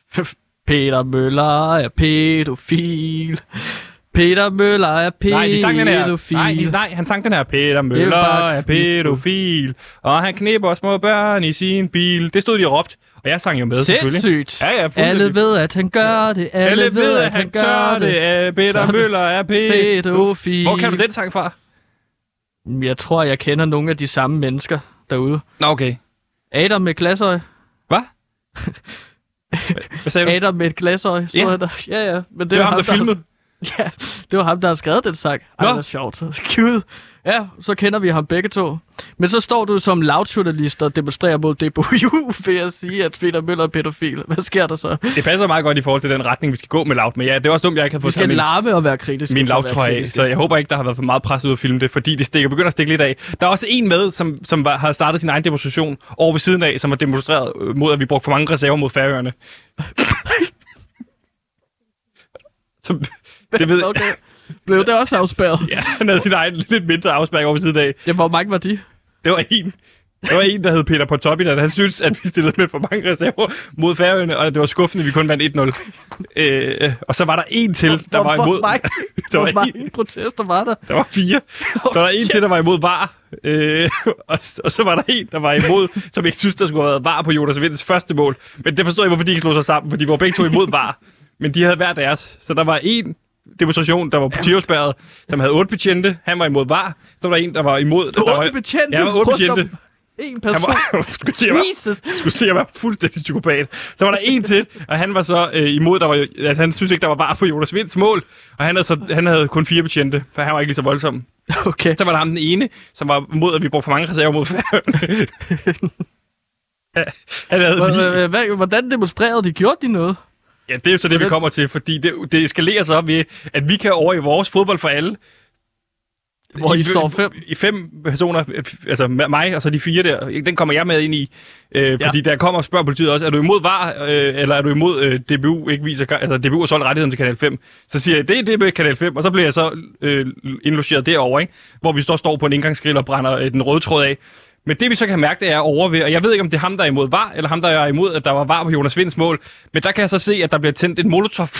Peter Møller er pædofil. Peter Møller er pædofil. Nej, de sang den her. Nej, de, nej, han sang den her. Peter Møller er, er pædofil. Og han knipper små børn i sin bil. Det stod de og råbt. Og jeg sang jo med, selvfølgelig. Sindssygt. Ja, ja, alle ved, at han gør det. Alle, Alle ved, at han gør det. det. Peter Møller er pædofil. Hvor kan du den sang fra? Jeg tror, jeg kender nogle af de samme mennesker derude. Nå, okay. Adam med glasøje. Hvad? Hvad sagde du? Adam med et glasøje, stod ja. der. Ja, ja. Men det, det var ham, der, der filmede. Ja, det var ham, der har skrevet den sang. Ej, det er sjovt. Gud. Ja, så kender vi ham begge to. Men så står du som loud-journalist og demonstrerer mod D B U ved at sige, at Peter Møller er pædofil. Hvad sker der så? Det passer meget godt i forhold til den retning, vi skal gå med loud. Men ja, det er også dumt, jeg ikke har fået Vi skal larme og være kritisk. Min loud-trøje af, så jeg håber ikke, der har været for meget pres ud at filme det, fordi det stikker, begynder at stikke lidt af. Der er også en med, som, som var, har startet sin egen demonstration over ved siden af, som har demonstreret mod, at vi brugte for mange reserver mod Færøerne. Som... Det ved okay. Blev det også afspærret? Ja, han havde sin egen lidt mindre afspærring over ved siden af. Ja, hvor mange var de? Det var en. Det var en, der hed Peter Pontoppidan. Han synes, at vi stillede med for mange reserver mod Færøerne, og det var skuffende, at vi kun vandt et nul. Øh, og så var der en til, der hvor, var imod... Hvor, der var mange en... protester var der? Der var fire. Så var der en til, der var imod V A R. Øh, og, og så var der en, der var imod, som ikke synes, der skulle have været V A R på Jonas Vinds første mål. Men det forstår jeg, hvorfor de ikke slog sig sammen, for de var begge to imod V A R. Men de havde hver deres. Så der var en demonstration, der var politiafspærret, som havde otte betjente. Han var imod V A R. Så var der en, der var imod... Der otte var, betjente? Ja, otte betjente. En person? Han var, skulle se, jeg var, skulle se, jeg var fuldstændig psykopat. Så var der en til, og han var så øh, imod, der var, at han synes ikke, der var var på Jonas Vinds mål. Og han havde, så, han havde kun fire betjente, for han var ikke lige så voldsom. Okay. Så var der ham den ene, som var imod, at vi brugte for mange reserver mod Færøerne. Han havde lige... Hvordan demonstrerede de? Gjorde de noget? Ja, det er jo så det, Hvordan? vi kommer til, fordi det, det eskalerer så ved, at vi kan over i vores fodbold for alle. Hvor I, I står fem? I fem personer, altså mig og så de fire der, den kommer jeg med ind i. Øh, fordi ja. Der kommer og spørger politiet også, er du imod V A R, øh, eller er du imod øh, D B U, ikke viser, altså D B U har solgt rettigheden til Kanal fem. Så siger jeg, det er det med Kanal fem, og så bliver jeg så øh, indlogeret derovre, ikke? Hvor vi står, står på en indgangsgrill og brænder øh, den røde tråd af. Men det vi så kan mærke, det er over ved, og jeg ved ikke, om det er ham, der er imod V A R, eller ham, der er imod, at der var V A R på Jonas Vinds mål. Men der kan jeg så se, at der bliver tændt en molotov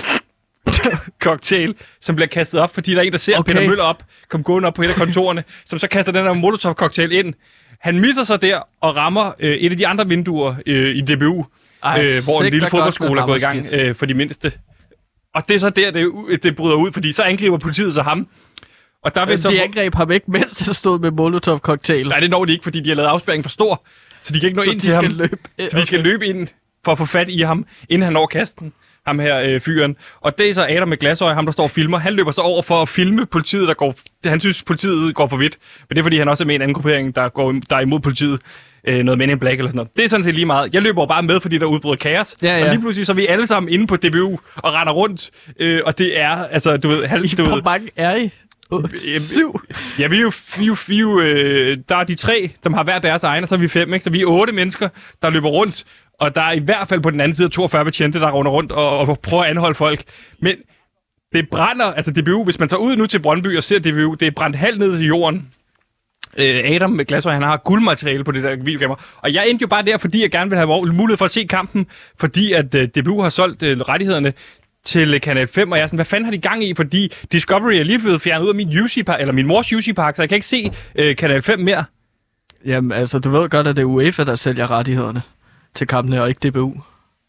cocktail, som bliver kastet op, fordi der er en, der ser okay. Peter Møller op, kom gående op på et af kontorerne, som så kaster den her molotov cocktail ind. Han misser så der og rammer øh, et af de andre vinduer øh, i D B U, Ej, øh, hvor en lille fodboldskole er gået i gang øh, for de mindste. Og det er så der, det, det bryder ud, fordi så angriber politiet så ham. Og der vil så, de angreb ham ikke, mens der stod med molotov cocktail. Nej, det når de ikke, fordi de har lavet afspærring for stor, så de kan ikke nå så ind til ham. Løbe. Så de okay. skal løbe ind for at få fat i ham, inden han når kasten. Ham her øh, fyren. Og det er så Adam med glasøje, ham der står og filmer. Han løber så over for at filme politiet, der går... Han synes, politiet går for vidt. Men det er, fordi han også er med i en anden gruppering, der, går, der er imod politiet. Øh, noget Men in Black eller sådan noget. Det er sådan set lige meget. Jeg løber bare med, fordi der udbryder kaos. Ja, ja. Og lige pludselig så er vi alle sammen inde på D B U og render rundt. Øh, og det er, altså, du ved... Halv, du Hvor ved, mange er I? Syv? Ja, vi er jo... Vi er jo, vi er jo øh, der er de tre, som har hver deres egen, og så er vi fem, ikke? Så vi er otte mennesker, der løber rundt. Og der er i hvert fald på den anden side toogfyrre betjente, der runder rundt og, og prøver at anholde folk. Men det brænder, altså D B U, hvis man tager ud nu til Brøndby og ser D B U, det er brændt halvt ned til jorden. Øh, Adam med glasøje, han har guldmateriale på det der videokamera. Og jeg endte jo bare der, fordi jeg gerne vil have mulighed for at se kampen, fordi at uh, D B U har solgt uh, rettighederne til Kanal fem, og jeg er sådan, hvad fanden har de gang i? Fordi Discovery er lige blevet fjernet ud af min U C-park, eller min mors U C-park, så jeg kan ikke se uh, Kanal fem mere. Jamen, altså, du ved godt, at det er UEFA, der sælger rettighederne til kampene, og ikke D B U.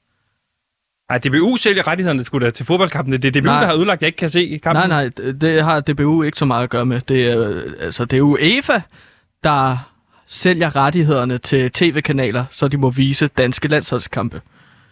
Nej, D B U sælger rettighederne sgu da til fodboldkampene. Det er D B U, nej. Der har ødelagt, at jeg ikke kan se kampen. Nej, nej, det har D B U ikke så meget at gøre med. Det er, altså, det er UEFA, der sælger rettighederne til tv-kanaler, så de må vise danske landsholdskampe.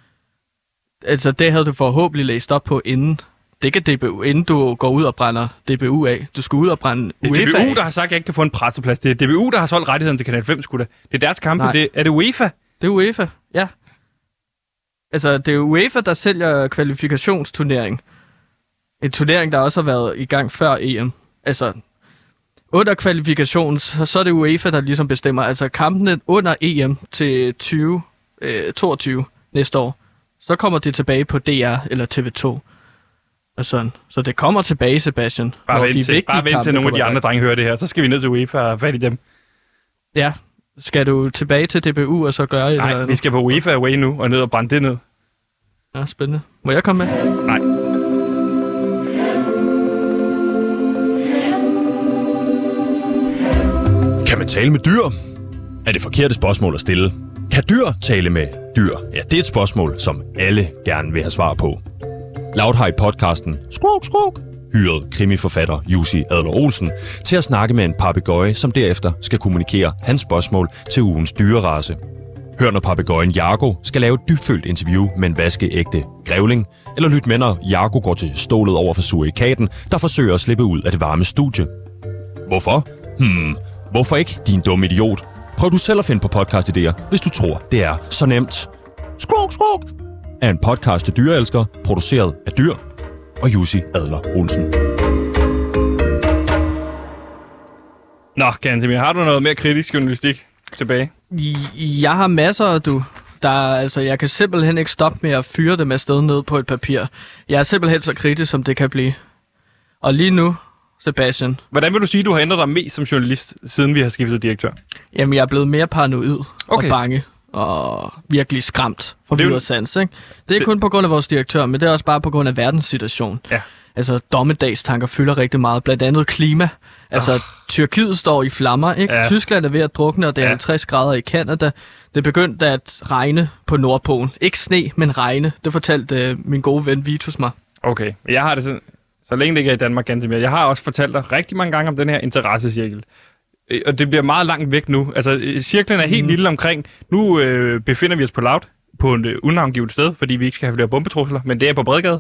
Altså, det havde du forhåbentlig læst op på inden. Det kan D B U, inden du går ud og brænder D B U af. Du skal ud og brænde UEFA af. Det er D B U, der har sagt, at jeg ikke kan få en presseplads. Det er D B U, der har solgt rettighederne til Kanal fem, sgu da. Det er deres kampe. Det, er det UEFA? Det er UEFA, ja. Altså, det er UEFA, der sælger kvalifikationsturnering. En turnering, der også har været i gang før E M. Altså, under kvalifikationen, så er det UEFA, der ligesom bestemmer. Altså, kampene under E M til tyve toogtyve næste år, så kommer det tilbage på D R eller T V to. Og sådan. Så det kommer tilbage, Sebastian. Bare vent til, bare vent til nogle af de andre drenge hører det her. Så skal vi ned til UEFA og fat i dem. Ja. Skal du tilbage til D B U og så gøre det? Nej, eller vi skal på UEFA Away nu og ned og brænde det ned. Ja, spændende. Må jeg komme med? Nej. Kan man tale med dyr? Er det forkerte spørgsmål at stille? Kan dyr tale med dyr? Ja, det er et spørgsmål, som alle gerne vil have svar på. Loud har i podcasten Skruk, Skruk hyret krimiforfatter Jussi Adler-Olsen til at snakke med en papegøje, som derefter skal kommunikere hans spørgsmål til ugens dyrerace. Hør, når papegøjen Jago skal lave et dybfølt interview med en vaskeægte grævling, eller lyt med, når Jago går til stålet over for surikaten, der forsøger at slippe ud af det varme studie. Hvorfor? Hmm, hvorfor ikke, din dumme idiot? Prøv du selv at finde på podcast-idéer, hvis du tror, det er så nemt. Skruk, skruk! Er en podcast til dyreelskere, produceret af dyr og Jussi Adler-Olsen. Nå, Gantemir, har du noget mere kritisk journalistik tilbage? Jeg har masser, du. Der, altså, jeg kan simpelthen ikke stoppe med at fyre dem afsted ned på et papir. Jeg er simpelthen så kritisk, som det kan blive. Og lige nu, Sebastian. Hvordan vil du sige, at du har ændret dig mest som journalist, siden vi har skiftet direktør? Jamen, jeg er blevet mere paranoid okay. og bange. Og virkelig skræmt for videre sans, ikke? Det er ikke det... kun på grund af vores direktør, men det er også bare på grund af verdenssituationen. Ja. Altså, dommedagstanker fylder rigtig meget, blandt andet klima. Altså, oh. Tyrkiet står i flammer, ikke? Ja. Tyskland er ved at drukne, og det er ja. halvtreds grader i Canada. Det begyndte at regne på Nordpolen. Ikke sne, men regne. Det fortalte uh, min gode ven Vitus mig. Okay, jeg har det sådan, så længe det ikke er i Danmark ganske mere. Jeg har også fortalt dig rigtig mange gange om den her interessecirkel. Øh, og det bliver meget langt væk nu. Altså, øh, cirklen er helt mm. lille omkring. Nu øh, befinder vi os på Loud, på en øh, unavngivet sted, fordi vi ikke skal have flere bombetrusler, men det er på Bredgade.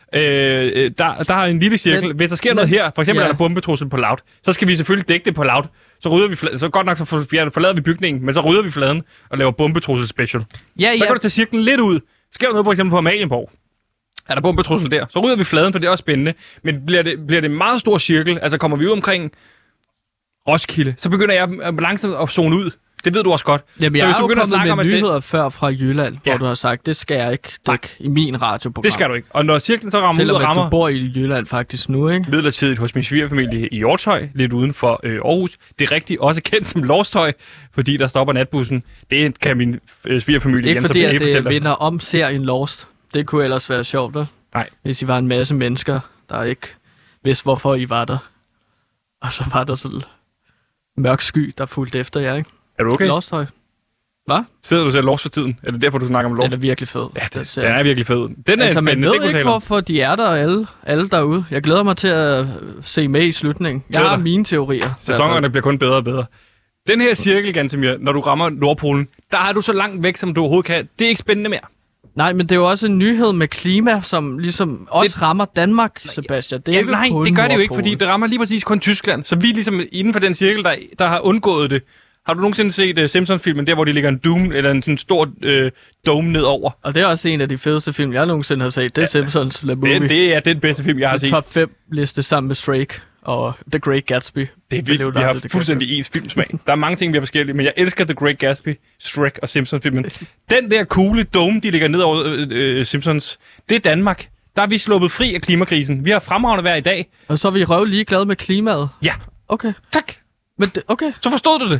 Øh, der, der er en lille cirkel. Men, Hvis der sker men, noget her, for eksempel ja. er der bombetrussel på Loud, så skal vi selvfølgelig dække det på Loud. Så rydder vi fladen. Så godt nok så forlader vi bygningen, men så rydder vi fladen og laver bombetrussel special. Ja, ja. Så kan du tage cirklen lidt ud. Sker der noget for eksempel på Amalienborg? Er der bombetrussel der? Så rydder vi fladen, for det er også spændende. Men bliver det, bliver det en meget stor cirkel, altså kommer vi ud omkring Roskilde, så begynder jeg langsomt at zone ud. Det ved du også godt. Jamen, så jeg har jo kommet med om, nyheder det... før fra Jylland, ja. hvor du har sagt, det skal jeg ikke dække i min radioprogram. Det skal du ikke. Og når cirklen så rammer Selvom ud og rammer... du bor i Jylland faktisk nu, ikke? Midlertidigt hos min svigerfamilie i Hjortshøj, lidt uden for øh, Aarhus. Det er rigtigt også kendt som Lorstøj, fordi der stopper natbussen. Det kan min øh, svigerfamilie ikke fordi, at det minder om serien Lost. Det kunne ellers være sjovt, da? Nej. Hvis I var en masse mennesker, der ikke vidste, hvorfor I var der. Og så var der sådan mørk sky, der fulgte efter jer, ikke? Er du okay? Lorstøj. Hvad? Sidder du og ser Lost for tiden? Er det derfor, du snakker om Lost? Den er virkelig fed. Ja, det, den er virkelig fed. Den er altså, man spændende. ved det ikke, hvorfor de er der alle, alle derude. Jeg glæder mig til at se med i slutningen. Jeg har mine teorier. Sæsonerne bliver kun bedre og bedre. Den her cirkel, Gantemir, når du rammer Nordpolen, der er du så langt væk, som du overhovedet kan. Det er ikke spændende mere. Nej, men det er jo også en nyhed med klima, som ligesom også det... rammer Danmark, Sebastian. Det er ja, ikke nej, kun det gør det jo ikke, Nordpolen. fordi det rammer lige præcis kun Tyskland. Så vi er ligesom inden for den cirkel, der, der har undgået det. Har du nogensinde set uh, Simpsons-filmen, der hvor de ligger en doom, eller en sådan stor uh, dome nedover? Og det er også en af de fedeste film, jeg nogensinde har set. Det er ja, Simpsons La Movie. Det, det er den bedste film, jeg har set. Top fem liste sammen med Shrek og The Great Gatsby. Det er vildt, vi har fuldstændig ens filmsmag. Der er mange ting, vi har forskellige, men jeg elsker The Great Gatsby, Shrek og Simpsons-filmen. Den der coole dome, de ligger ned over øh, øh, Simpsons, det er Danmark. Der er vi sluppet fri af klimakrisen. Vi har fremragende vejr i dag. Og så er vi røv ligeglade med klimaet. Ja. Okay. Tak. Men det, okay. Så forstod du det.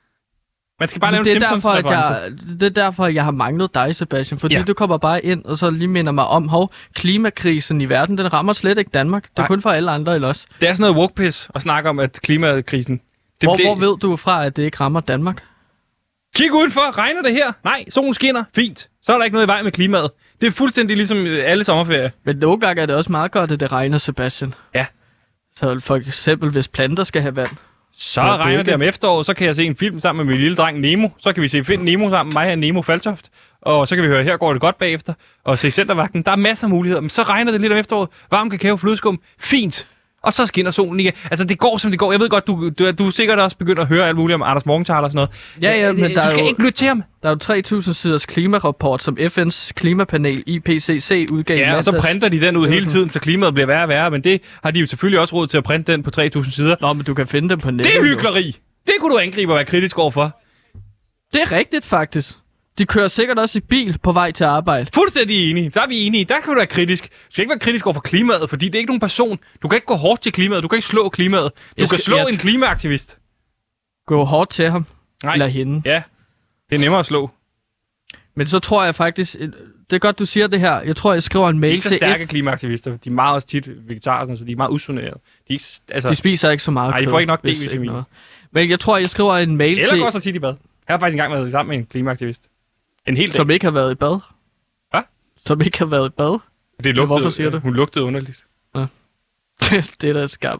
Man skal bare lave en Simpsons-reference. Det er derfor, jeg har manglet dig, Sebastian. Fordi ja. du kommer bare ind, og så lige minder mig om, hov, klimakrisen i verden, den rammer slet ikke Danmark. Det er Nej. kun for alle andre eller os. Det er sådan noget woke-piss at snakke om, at klimakrisen... Det hvor, ble... hvor ved du fra, at det ikke rammer Danmark? Kig udenfor. Regner det her? Nej, solen skinner. Fint. Så er der ikke noget i vej med klimaet. Det er fuldstændig ligesom alle sommerferier. Men nogle gange er det også meget godt, at det regner, Sebastian. Ja. Så for eksempel, hvis planter skal have vand. Så ja, regner det om efteråret, så kan jeg se en film sammen med min lille dreng Nemo. Så kan vi se Find Nemo sammen, mig og Nemo Faltoft. Og så kan vi høre, her går det godt bagefter. Og se Centervagten. Der er masser af muligheder. Men så regner det lidt om efteråret. Varm kakao, flødeskum. Fint. Og så skinner solen igen. Altså, det går, som det går. Jeg ved godt, du, du, du er sikkert også begyndt at høre alt muligt om Anders Morgenthaler og sådan noget. Ja, ja, men du der skal jo, ikke lytte til ham. Der er jo tre tusind siders klimarapport, som F N's klimapanel I P C C udgav. Ja, og så printer de den ud hele tiden, så klimaet bliver værre og værre. Men det har de jo selvfølgelig også råd til at printe den på tre tusind sider. Nå, men du kan finde den på nettet. Det er hykleri. Det kunne du angribe og være kritisk overfor. Det er rigtigt, faktisk. De kører sikkert også i bil på vej til arbejde. Fuldstændig enige. Der er vi enige. Der kan du være kritisk. Du skal ikke være kritisk over for klimaet, fordi det er ikke nogen person. Du kan ikke gå hårdt til klimaet. Du kan ikke slå klimaet. Du jeg kan skal, slå jeg... en klimaaktivist. Gå hårdt til ham. Nej. Eller hende. Ja. Det er nemmere at slå. Men så tror jeg faktisk... Det er godt, du siger det her. Jeg tror, jeg skriver en mail til... De er ikke så stærke F... klimaaktivister. De er meget også tit vegetarer, så de er meget usunderede. De, ikke, altså... de spiser ikke så meget kød. Nej, de får ikke nok D-vitamin. Men jeg tror, jeg skriver en mail Eller til... Eller går så tit i bad. Jeg har faktisk engang været sammen med en klimaaktivist. En hel dag. Som ikke har været i bad? Hvad? Som ikke har været i bad? Det lugtede, hvorfor siger du? Hun lugtede underligt. Ja. Det er da skam.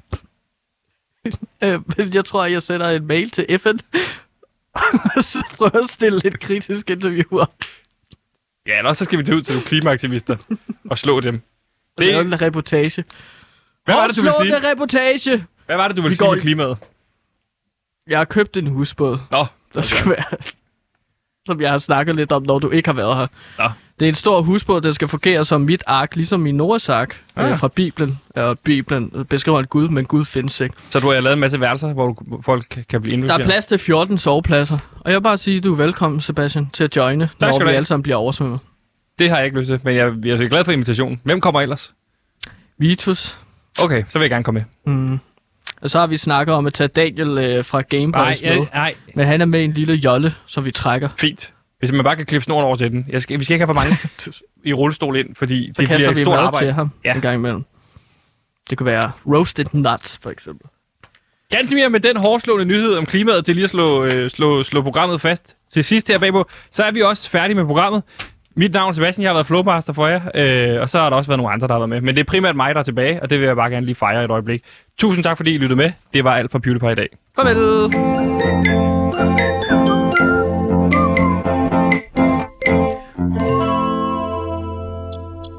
Jeg tror, jeg sender en mail til F N. Så prøver at stille lidt kritisk interview op. Ja, eller så skal vi tage ud til nogle klimaaktivister og slå dem. Det er en reportage. Hvad var det, du ville sige? Slå det reportage! Hvad var det, du ville sige med klimaet? Jeg har købt en husbåd. Nå. Der skal være... Som jeg har snakket lidt om, når du ikke har været her. Nå. Det er en stor husbåd, der skal fungere som mit ark, ligesom min Noahs ark ja. øh, fra Bibelen. Og Bibelen beskriver en Gud, men Gud findes ikke. Så du har lavet en masse værelser, hvor du, folk kan blive indlogeret? Der er plads til fjorten sovepladser. Og jeg vil bare sige, at du er velkommen, Sebastian, til at joine, tak, når vi alle sammen bliver oversvømmet. Det har jeg ikke lyst til, men jeg, jeg er glad for invitationen. Hvem kommer ellers? Vitus. Okay, så vil jeg gerne komme med. Mm. Og så har vi snakket om at tage Daniel øh, fra Gameboys med. Nej, nej. Men han er med en lille jolle, som vi trækker. Fint. Hvis man bare kan klippe snoren over til den. Jeg skal, vi skal ikke have for mange i rullestol ind, fordi så det bliver et stort arbejde. Til ham ja. En gang imellem. Det kunne være roasted nuts, for eksempel. Ganske mere med den hårdslående nyhed om klimaet til lige at slå, øh, slå, slå programmet fast. Til sidst her bagpå, så er vi også færdige med programmet. Mit navn er Sebastian, jeg har været flowmaster for jer, øh, og så har der også været nogle andre, der har været med. Men det er primært mig, der er tilbage, og det vil jeg bare gerne lige fejre et øjeblik. Tusind tak, fordi I lyttede med. Det var alt fra PewDiePie i dag. Farvel!